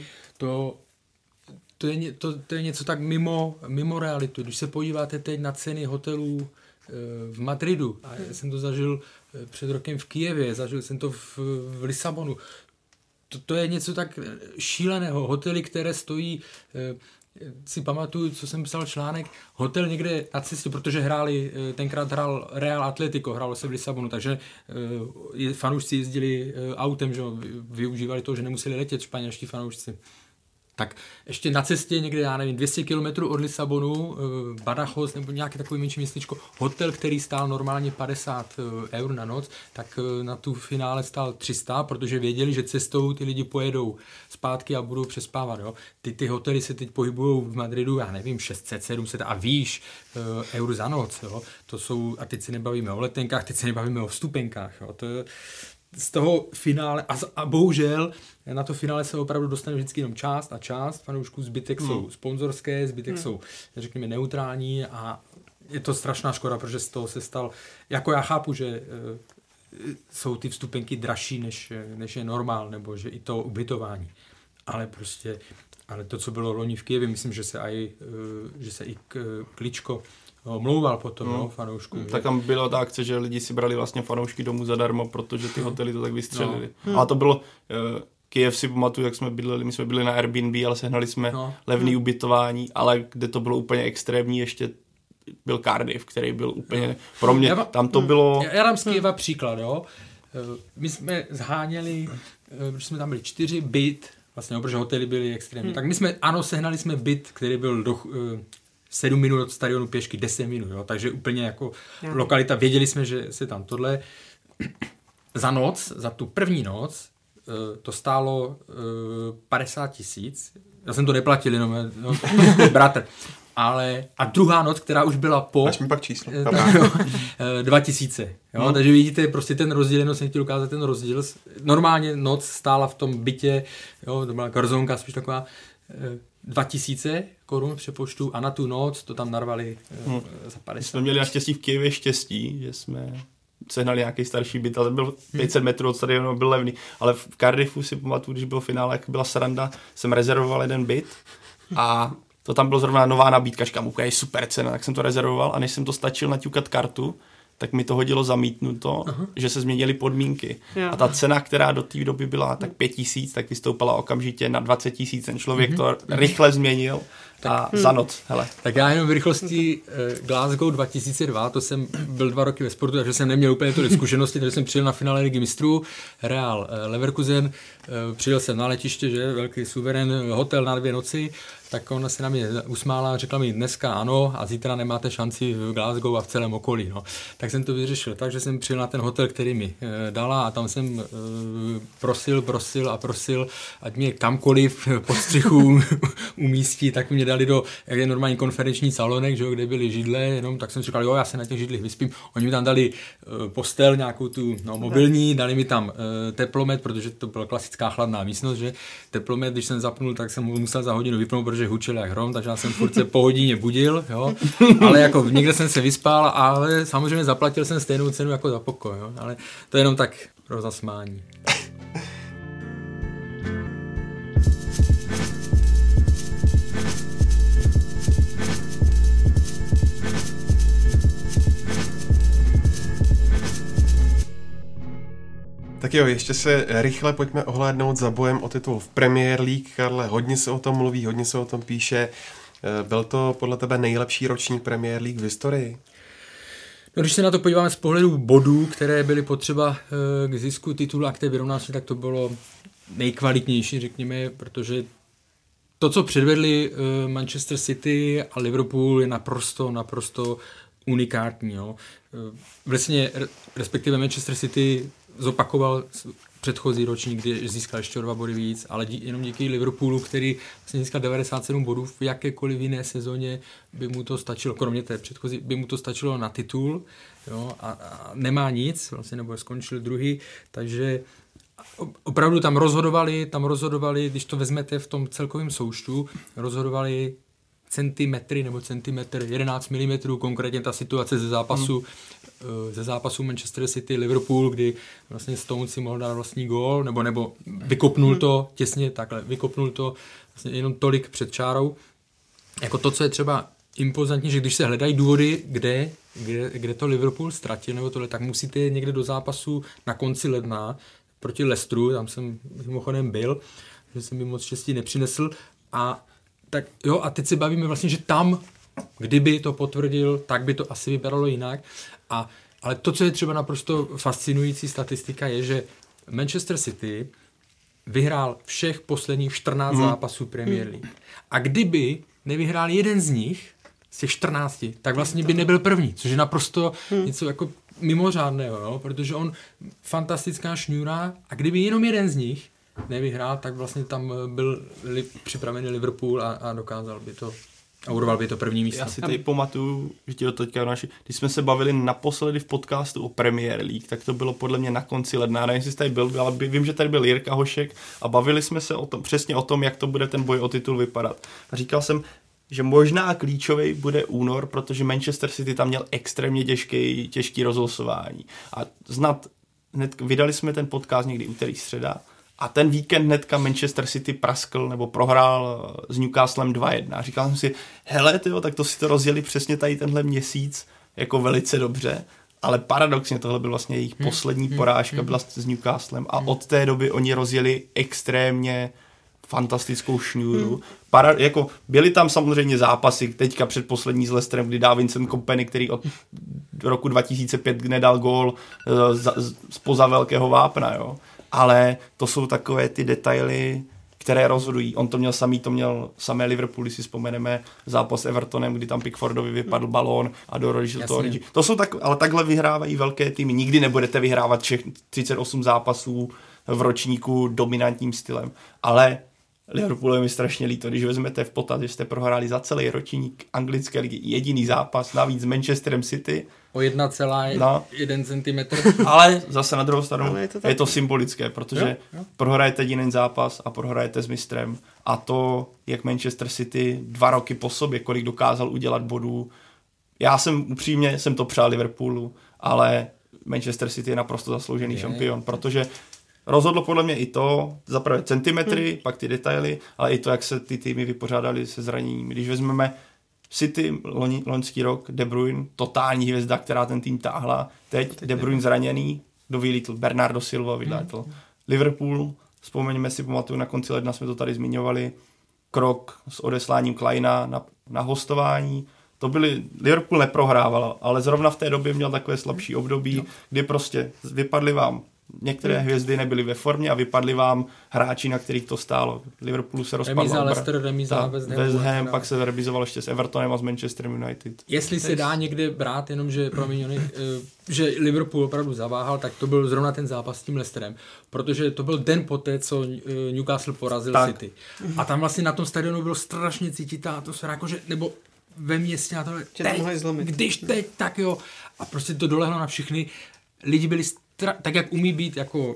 To je něco tak mimo realitu. Když se podíváte teď na ceny hotelů v Madridu, a já jsem to zažil před rokem v Kyjevě, zažil jsem to v Lisabonu, to je něco tak šíleného. Hotely, které stojí, si pamatuju, co jsem psal článek, hotel někde na cestě, protože tenkrát hrál Real Atletico, hrálo se v Lisabonu, takže fanoušci jezdili autem, že využívali to, že nemuseli letět španělští fanoušci. Tak ještě na cestě někde, já nevím, 200 km od Lisabonu, Badajoz nebo nějaké takové menší městečko, hotel, který stál normálně 50 eur na noc, tak na tu finále stál 300, protože věděli, že cestou ty lidi pojedou zpátky a budou přespávat. Jo. Ty hotely se teď pohybují v Madridu, já nevím, 600, 700 a výš eur za noc. Jo. To jsou, a teď se nebavíme o letenkách, teď se nebavíme o vstupenkách. Jo. To je, z toho finále, a bohužel na to finále se opravdu dostane vždycky jenom část fanoušků, zbytek jsou sponzorské, zbytek jsou, řekněme, neutrální a je to strašná škoda, protože z toho se stal, jako já chápu, že jsou ty vstupenky dražší, než je normál, nebo že i to ubytování, ale to, co bylo loni v Kyjevě, myslím, že se i Kličko omlouval potom fanouškům. Tak tam byla ta akce, že lidi si brali vlastně fanoušky domů zadarmo, protože ty hotely to tak vystřelili. Ale to bylo, Kyjev si pamatuju, jak jsme bydleli, my jsme byli na Airbnb, ale sehnali jsme levný ubytování, ale kde to bylo úplně extrémní, ještě byl Cardiff, který byl úplně, pro mě, tam to bylo... Já dám z Kyjeva příklad, jo. My jsme zháněli, protože jsme tam byli 4 byt, vlastně, protože hotely byly extrémní, tak my sehnali jsme byt, který byl 7 minut od stadionu pěšky, 10 minut, jo? Takže úplně jako lokalita, věděli jsme, že se tam tohle za tu první noc to stálo 50 000, já jsem to neplatil, jenom bratr, a druhá noc, která už byla po... Až mi pak číslo. 2000, jo? Takže vidíte prostě ten rozdíl, jenom jsem chtěl ukázat ten rozdíl. Normálně noc stála v tom bytě, jo? To byla garzonka, spíš taková 2000 korun přepočtu a na tu noc to tam narvali za 50. My jsme měli naštěstí v Kyjevě štěstí, že jsme sehnali nějaký starší byt, ale byl 500 metrů od stadionu, byl levný. Ale v Cardiffu si pamatuju, když byl finále, jak byla sranda, jsem rezervoval jeden byt a to tam bylo zrovna nová nabídka, říkám, úplně super cena, tak jsem to rezervoval a než jsem to stačil naťukat kartu, tak mi to hodilo zamítnuto, že se změnily podmínky. A ta cena, která do té doby byla tak 5 000, tak vystoupala okamžitě na 20 000. Ten člověk to rychle změnil a za noc. Hele. Tak já jenom v rychlosti Glasgow 2002, to jsem byl 2 roky ve sportu, takže jsem neměl úplně tolik zkušenosti, takže jsem přijel na finále Ligy mistrů, Real Leverkusen, přijel jsem na letiště, že velký suverén, hotel na 2 noci, tak ona se na mě usmála, řekla mi dneska ano a zítra nemáte šanci v Glasgow a v celém okolí. No. Tak jsem to vyřešil, takže jsem přijel na ten hotel, který mi dala a tam jsem prosil, ať mě kamkoliv pod střichu umístí, tak mě dali jak je normální konferenční salonek, že jo, kde byly židle, jenom tak jsem říkal, jo, já se na těch židlích vyspím. Oni mi tam dali postel, nějakou tu mobilní, dali mi tam teplomet, protože to byla klasická chladná místnost, že teplomet, když jsem zapnul, tak jsem ho musel za hodinu vypnout, protože hučel jak hrom, takže já jsem furt se po hodině budil, jo. Ale jako někde jsem se vyspal, ale samozřejmě zaplatil jsem stejnou cenu jako za pokoj, jo. Ale to je jenom tak pro zasmání. Tak jo, ještě se rychle pojďme ohlédnout za bojem o titul v Premier League. Karle, hodně se o tom mluví, hodně se o tom píše. Byl to podle tebe nejlepší ročník Premier League v historii? No, když se na to podíváme z pohledu bodů, které byly potřeba k zisku titulu a k té vyrovnanosti, tak to bylo nejkvalitnější, řekněme, protože to, co předvedli Manchester City a Liverpool, je naprosto unikátní. Jo. Vlastně, respektive Manchester City zopakoval předchozí ročník, kdy získal ještě 2 body víc, ale jenom díky Liverpoolu, který vlastně získal 97 bodů v jakékoliv jiné sezóně, by mu to stačilo, kromě té předchozí, by mu to stačilo na titul, jo, a nemá nic, vlastně, nebo skončil druhý, takže opravdu tam rozhodovali, když to vezmete v tom celkovém součtu, rozhodovali centimetry nebo centimetr, 11 mm, konkrétně ta situace ze zápasu Manchester City, Liverpool, kdy vlastně Stones si mohl dát vlastní gól, nebo vykopnul to těsně takhle, vykopnul to vlastně jenom tolik před čárou. Jako to, co je třeba impozantní, že když se hledají důvody, kde to Liverpool ztratil nebo tohle, tak musíte jít někde do zápasu na konci ledna proti Leicesteru, tam jsem mimochodem byl, že jsem mi moc štěstí nepřinesl a tak jo, a teď se bavíme vlastně, že tam, kdyby to potvrdil, tak by to asi vypadalo jinak. Ale to, co je třeba naprosto fascinující statistika, je, že Manchester City vyhrál všech posledních 14 zápasů Premier League. A kdyby nevyhrál jeden z nich, z těch 14, tak vlastně by nebyl první, což je naprosto něco jako mimořádného, jo? Protože on fantastická šňůra a kdyby jenom jeden z nich nevyhrál, tak vlastně tam byl připravený Liverpool a dokázal by to a urval by to první místo. Já si tady pamatuju, že ti to teďka když jsme se bavili naposledy v podcastu o Premier League, tak to bylo podle mě na konci ledna. Nevím, jestli jsi tady byl, ale vím, že tady byl Jirka Hošek a bavili jsme se přesně o tom, jak to bude ten boj o titul vypadat. A říkal jsem, že možná klíčový bude únor, protože Manchester City tam měl extrémně těžký rozlosování. A hned vydali jsme ten podcast někdy úterý, středa a ten víkend hnedka Manchester City praskl nebo prohrál s Newcastlem 2-1. A říkal jsem si, hele tyjo, tak to si to rozjeli přesně tady tenhle měsíc jako velice dobře, ale paradoxně tohle byl vlastně jejich poslední porážka byla s Newcastlem a od té doby oni rozjeli extrémně fantastickou šňůru. Jako byly tam samozřejmě zápasy, teďka předposlední s Leicesterem, kdy dá Vincent Kompany, který od roku 2005 nedal gól spoza velkého vápna, jo. Ale to jsou takové ty detaily, které rozhodují. On to měl samé Liverpool, když si vzpomeneme zápas s Evertonem, kdy tam Pickfordovi vypadl balón a dorožil to. To jsou ale takhle vyhrávají velké týmy. Nikdy nebudete vyhrávat 38 zápasů v ročníku dominantním stylem. Ale Liverpoolu je mi strašně líto, když vezmete v potaz, že jste prohráli za celý ročník anglické ligy jediný zápas, navíc s Manchesterem City. O 1,1 cm. Ale zase na druhou stranu je to symbolické, protože prohrajete jediný zápas a prohrajete s mistrem. A to, jak Manchester City 2 roky po sobě, kolik dokázal udělat bodů. Já jsem upřímně to přál Liverpoolu, ale Manchester City je naprosto zasloužený šampion, protože rozhodlo podle mě i to, zaprvé centimetry, pak ty detaily, ale i to, jak se ty týmy vypořádaly se zraněním. Když vezmeme City loňský rok, De Bruyne, totální hvězda, která ten tým táhla, teď De Bruyne zraněný, kdo vylítl, Bernardo Silva vylítl. Liverpool, vzpomeňme si, pamatuju, na konci ledna jsme to tady zmiňovali, krok s odesláním Kleina na hostování. Liverpool neprohrával, ale zrovna v té době měl takové slabší období, kdy prostě vypadly vám některé hvězdy nebyly ve formě a vypadli vám hráči, na kterých to stálo. Liverpoolu se rozpadl. Remíza Leicester, remíza West Ham, pak se remizoval ještě s Evertonem a s Manchesterem United. Jestli se dá někde brát, jenom že Liverpool opravdu zaváhal, tak to byl zrovna ten zápas s tím Leicesterem, protože to byl den poté, co Newcastle porazil City. A tam vlastně na tom stadionu bylo strašně cítit ta atmosféra, jakože, nebo ve městě a tohle, když teď, tak jo. A prostě to dolehlo na všechny. Lidi byli tak, jak umí být jako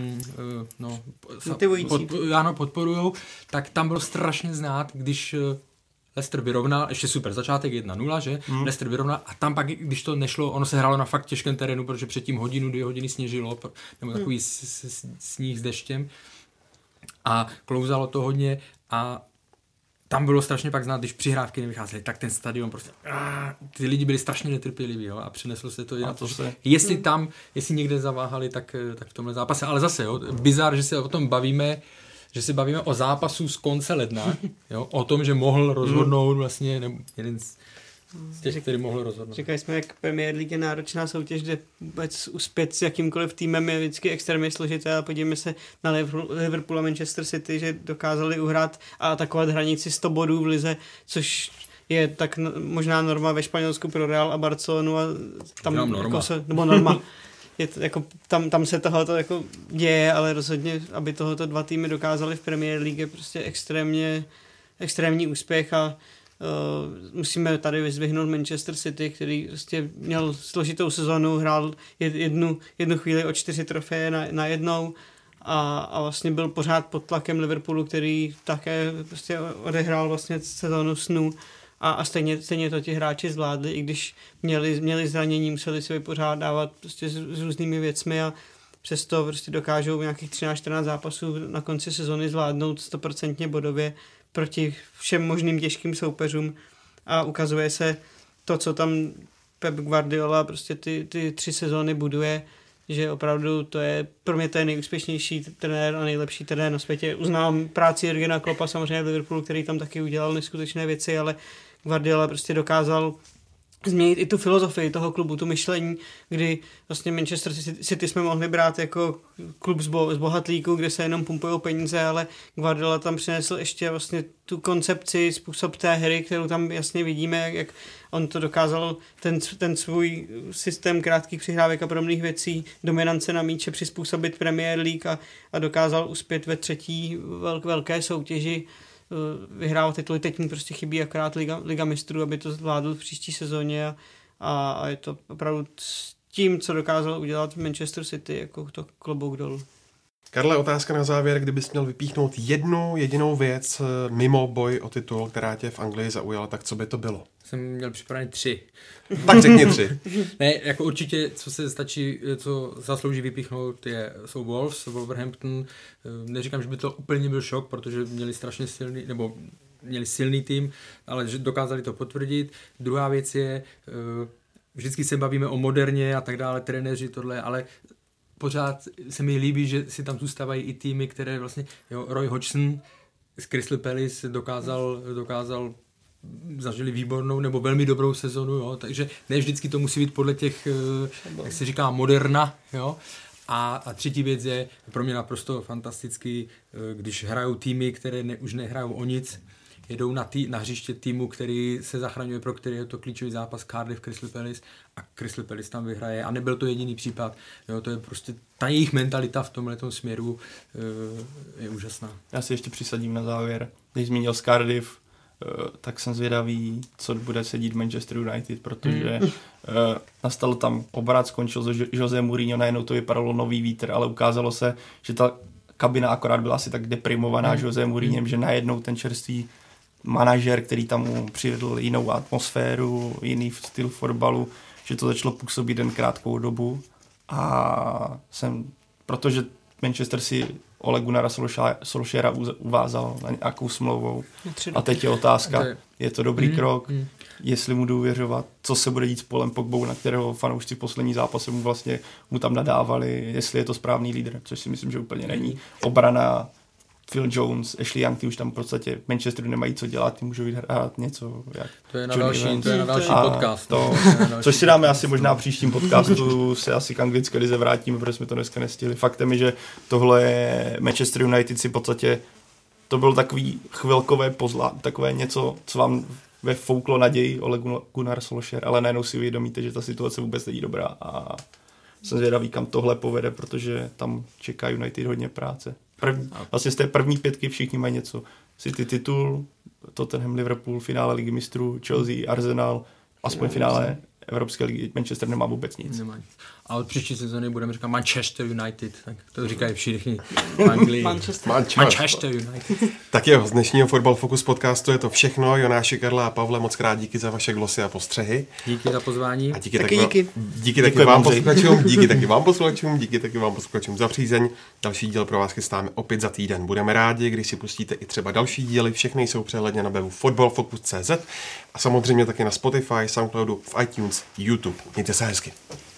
podporujou, tak tam bylo strašně znát, když Leicester vyrovnal, ještě super, začátek 1-0, že? Leicester vyrovnal a tam pak, když to nešlo, ono se hrálo na fakt těžkém terénu, protože předtím 2 hodiny sněžilo, nebo takový sníh s deštěm a klouzalo to hodně a tam bylo strašně pak znát, když přihrávky nevycházely, tak ten stadion prostě, ty lidi byli strašně netrpěliví, jo, a přineslo se to i na to, jestli někde zaváhali, tak v tomhle zápase, ale zase, jo, bizar, že se o tom bavíme, že se bavíme o zápasu z konce ledna, jo, o tom, že mohl rozhodnout vlastně, nebo jeden z těch, který mohl rozhodnout. Říkali jsme, jak Premier League je náročná soutěž, kde vůbec uspět s jakýmkoliv týmem je vždycky extrémně složité, a podívejme se na Liverpool a Manchester City, že dokázali uhrát a atakovat hranici 100 bodů v lize, což je tak možná norma ve Španělsku pro Real a Barcelonu a tam norma. Nebo norma. Je to jako, tam se tohoto jako děje, ale rozhodně, aby tohoto 2 týmy dokázali v Premier League, je prostě extrémní úspěch a musíme tady vyzdvihnout Manchester City, který prostě měl složitou sezonu, hrál jednu chvíli o 4 trofeje na jednou a vlastně byl pořád pod tlakem Liverpoolu, který také prostě odehrál vlastně sezónu snů a stejně to ti hráči zvládli, i když měli zranění, museli si vypořádávat prostě s různými věcmi a přesto prostě dokážou nějakých 13-14 zápasů na konci sezony zvládnout 100% bodově proti všem možným těžkým soupeřům a ukazuje se to, co tam Pep Guardiola prostě ty 3 sezóny buduje, že opravdu to je, pro mě to je nejúspěšnější trenér a nejlepší trenér na světě. Uznávám práci Jurgena Kloppa samozřejmě v Liverpoolu, který tam taky udělal neskutečné věci, ale Guardiola prostě dokázal změnit i tu filozofii toho klubu, tu myšlení, kdy vlastně Manchester City jsme mohli brát jako klub z bohatlíků, kde se jenom pumpují peníze, ale Guardiola tam přinesl ještě vlastně tu koncepci, způsob té hry, kterou tam jasně vidíme, jak on to dokázal, ten svůj systém krátkých přihrávek a podobných věcí, dominance na míče přizpůsobit Premier League a dokázal uspět ve 3. velké soutěži, vyhrál tituly, teď mu prostě chybí akorát Liga mistrů, aby to zvládl v příští sezóně a je to opravdu s tím, co dokázal udělat v Manchester City, jako to klobouk dolů. Karle, otázka na závěr, kdybys měl vypíchnout jednu jedinou věc mimo boj o titul, která tě v Anglii zaujala, tak co by to bylo? Jsem měl připravené 3. Tak řekni 3. Ne, jako určitě, co zaslouží vypíchnout, jsou Wolves, Wolverhampton. Neříkám, že by to úplně byl šok, protože měli silný tým, ale že dokázali to potvrdit. Druhá věc je, vždycky se bavíme o moderně a tak dále, trenéři tohle, ale pořád se mi líbí, že si tam zůstávají i týmy, které vlastně, Roy Hodgson z Crystal Palace dokázal zažili výbornou nebo velmi dobrou sezonu, jo, takže ne vždycky to musí být podle těch, jak se říká, moderna, jo. A třetí věc je pro mě naprosto fantastický, když hrajou týmy, které už nehrajou o nic, jedou na hřiště týmu, který se zachraňuje, pro který je to klíčový zápas Cardiff Crystal Palace a Crystal Palace tam vyhraje a nebyl to jediný případ. Jo, to je prostě ta jejich mentalita v tomhletom směru je úžasná. Já si ještě přisadím na závěr. Když zmínil Cardiff, tak jsem zvědavý, co bude sedít Manchester United, protože nastalo tam obrat, skončil Jose Mourinho, najednou to vypadalo nový vítr, ale ukázalo se, že ta kabina akorát byla asi tak deprimovaná Jose Mourinhem, že najednou ten čerstvý manažer, který tam mu přivedl jinou atmosféru, jiný styl fotbalu, že to začalo působit jen krátkou dobu a protože Manchester si Ole Gunnara Solskjaera uvázal na nějakou smlouvou. A teď je otázka, je to dobrý krok, jestli mu důvěřovat, co se bude dít s Paulem Pogbou, na kterého fanoušci v poslední zápase mu tam nadávali, jestli je to správný lídr, což si myslím, že úplně není. Obrana, Phil Jones, Ashley Young, ty už tam v podstatě Manchesteru nemají co dělat, ty můžou hrát něco. To je na další podcast. Což si dáme asi možná příštím podcastu, se asi k anglické lize vrátíme, protože jsme to dneska nestihli. Faktem je, že tohle je Manchester United si v podstatě, to bylo takový chvilkové takové něco, co vám fouklo naději Ole Gunnar Solskjaer, ale najednou si uvědomíte, že ta situace vůbec není dobrá a jsem zvědavý, kam tohle povede, protože tam čeká United hodně práce. Vlastně z té první 5 všichni mají něco. City titul, Tottenham, Liverpool, finále Ligy mistrů, Chelsea, Arsenal, aspoň finále Evropské ligy. Manchester nemá vůbec nic. A od příští sezóny budeme říkat Manchester United, tak to říkají všichni v Anglii. Manchester United. Tak jo, z dnešního Fotbal Focus podcastu je to všechno. Jonáši, Karla a Pavle, moc krát díky za vaše glosy a postřehy. Díky za pozvání. A díky taky vám posluchačům, díky taky vám posluchačům za přízeň. Další díl pro vás chystáme opět za týden. Budeme rádi, když si pustíte i třeba další díly. Všechny jsou přehledně na webu fotbalfocus.cz a samozřejmě taky na Spotify, Soundcloudu, v iTunes, YouTube. Mějte se hezky.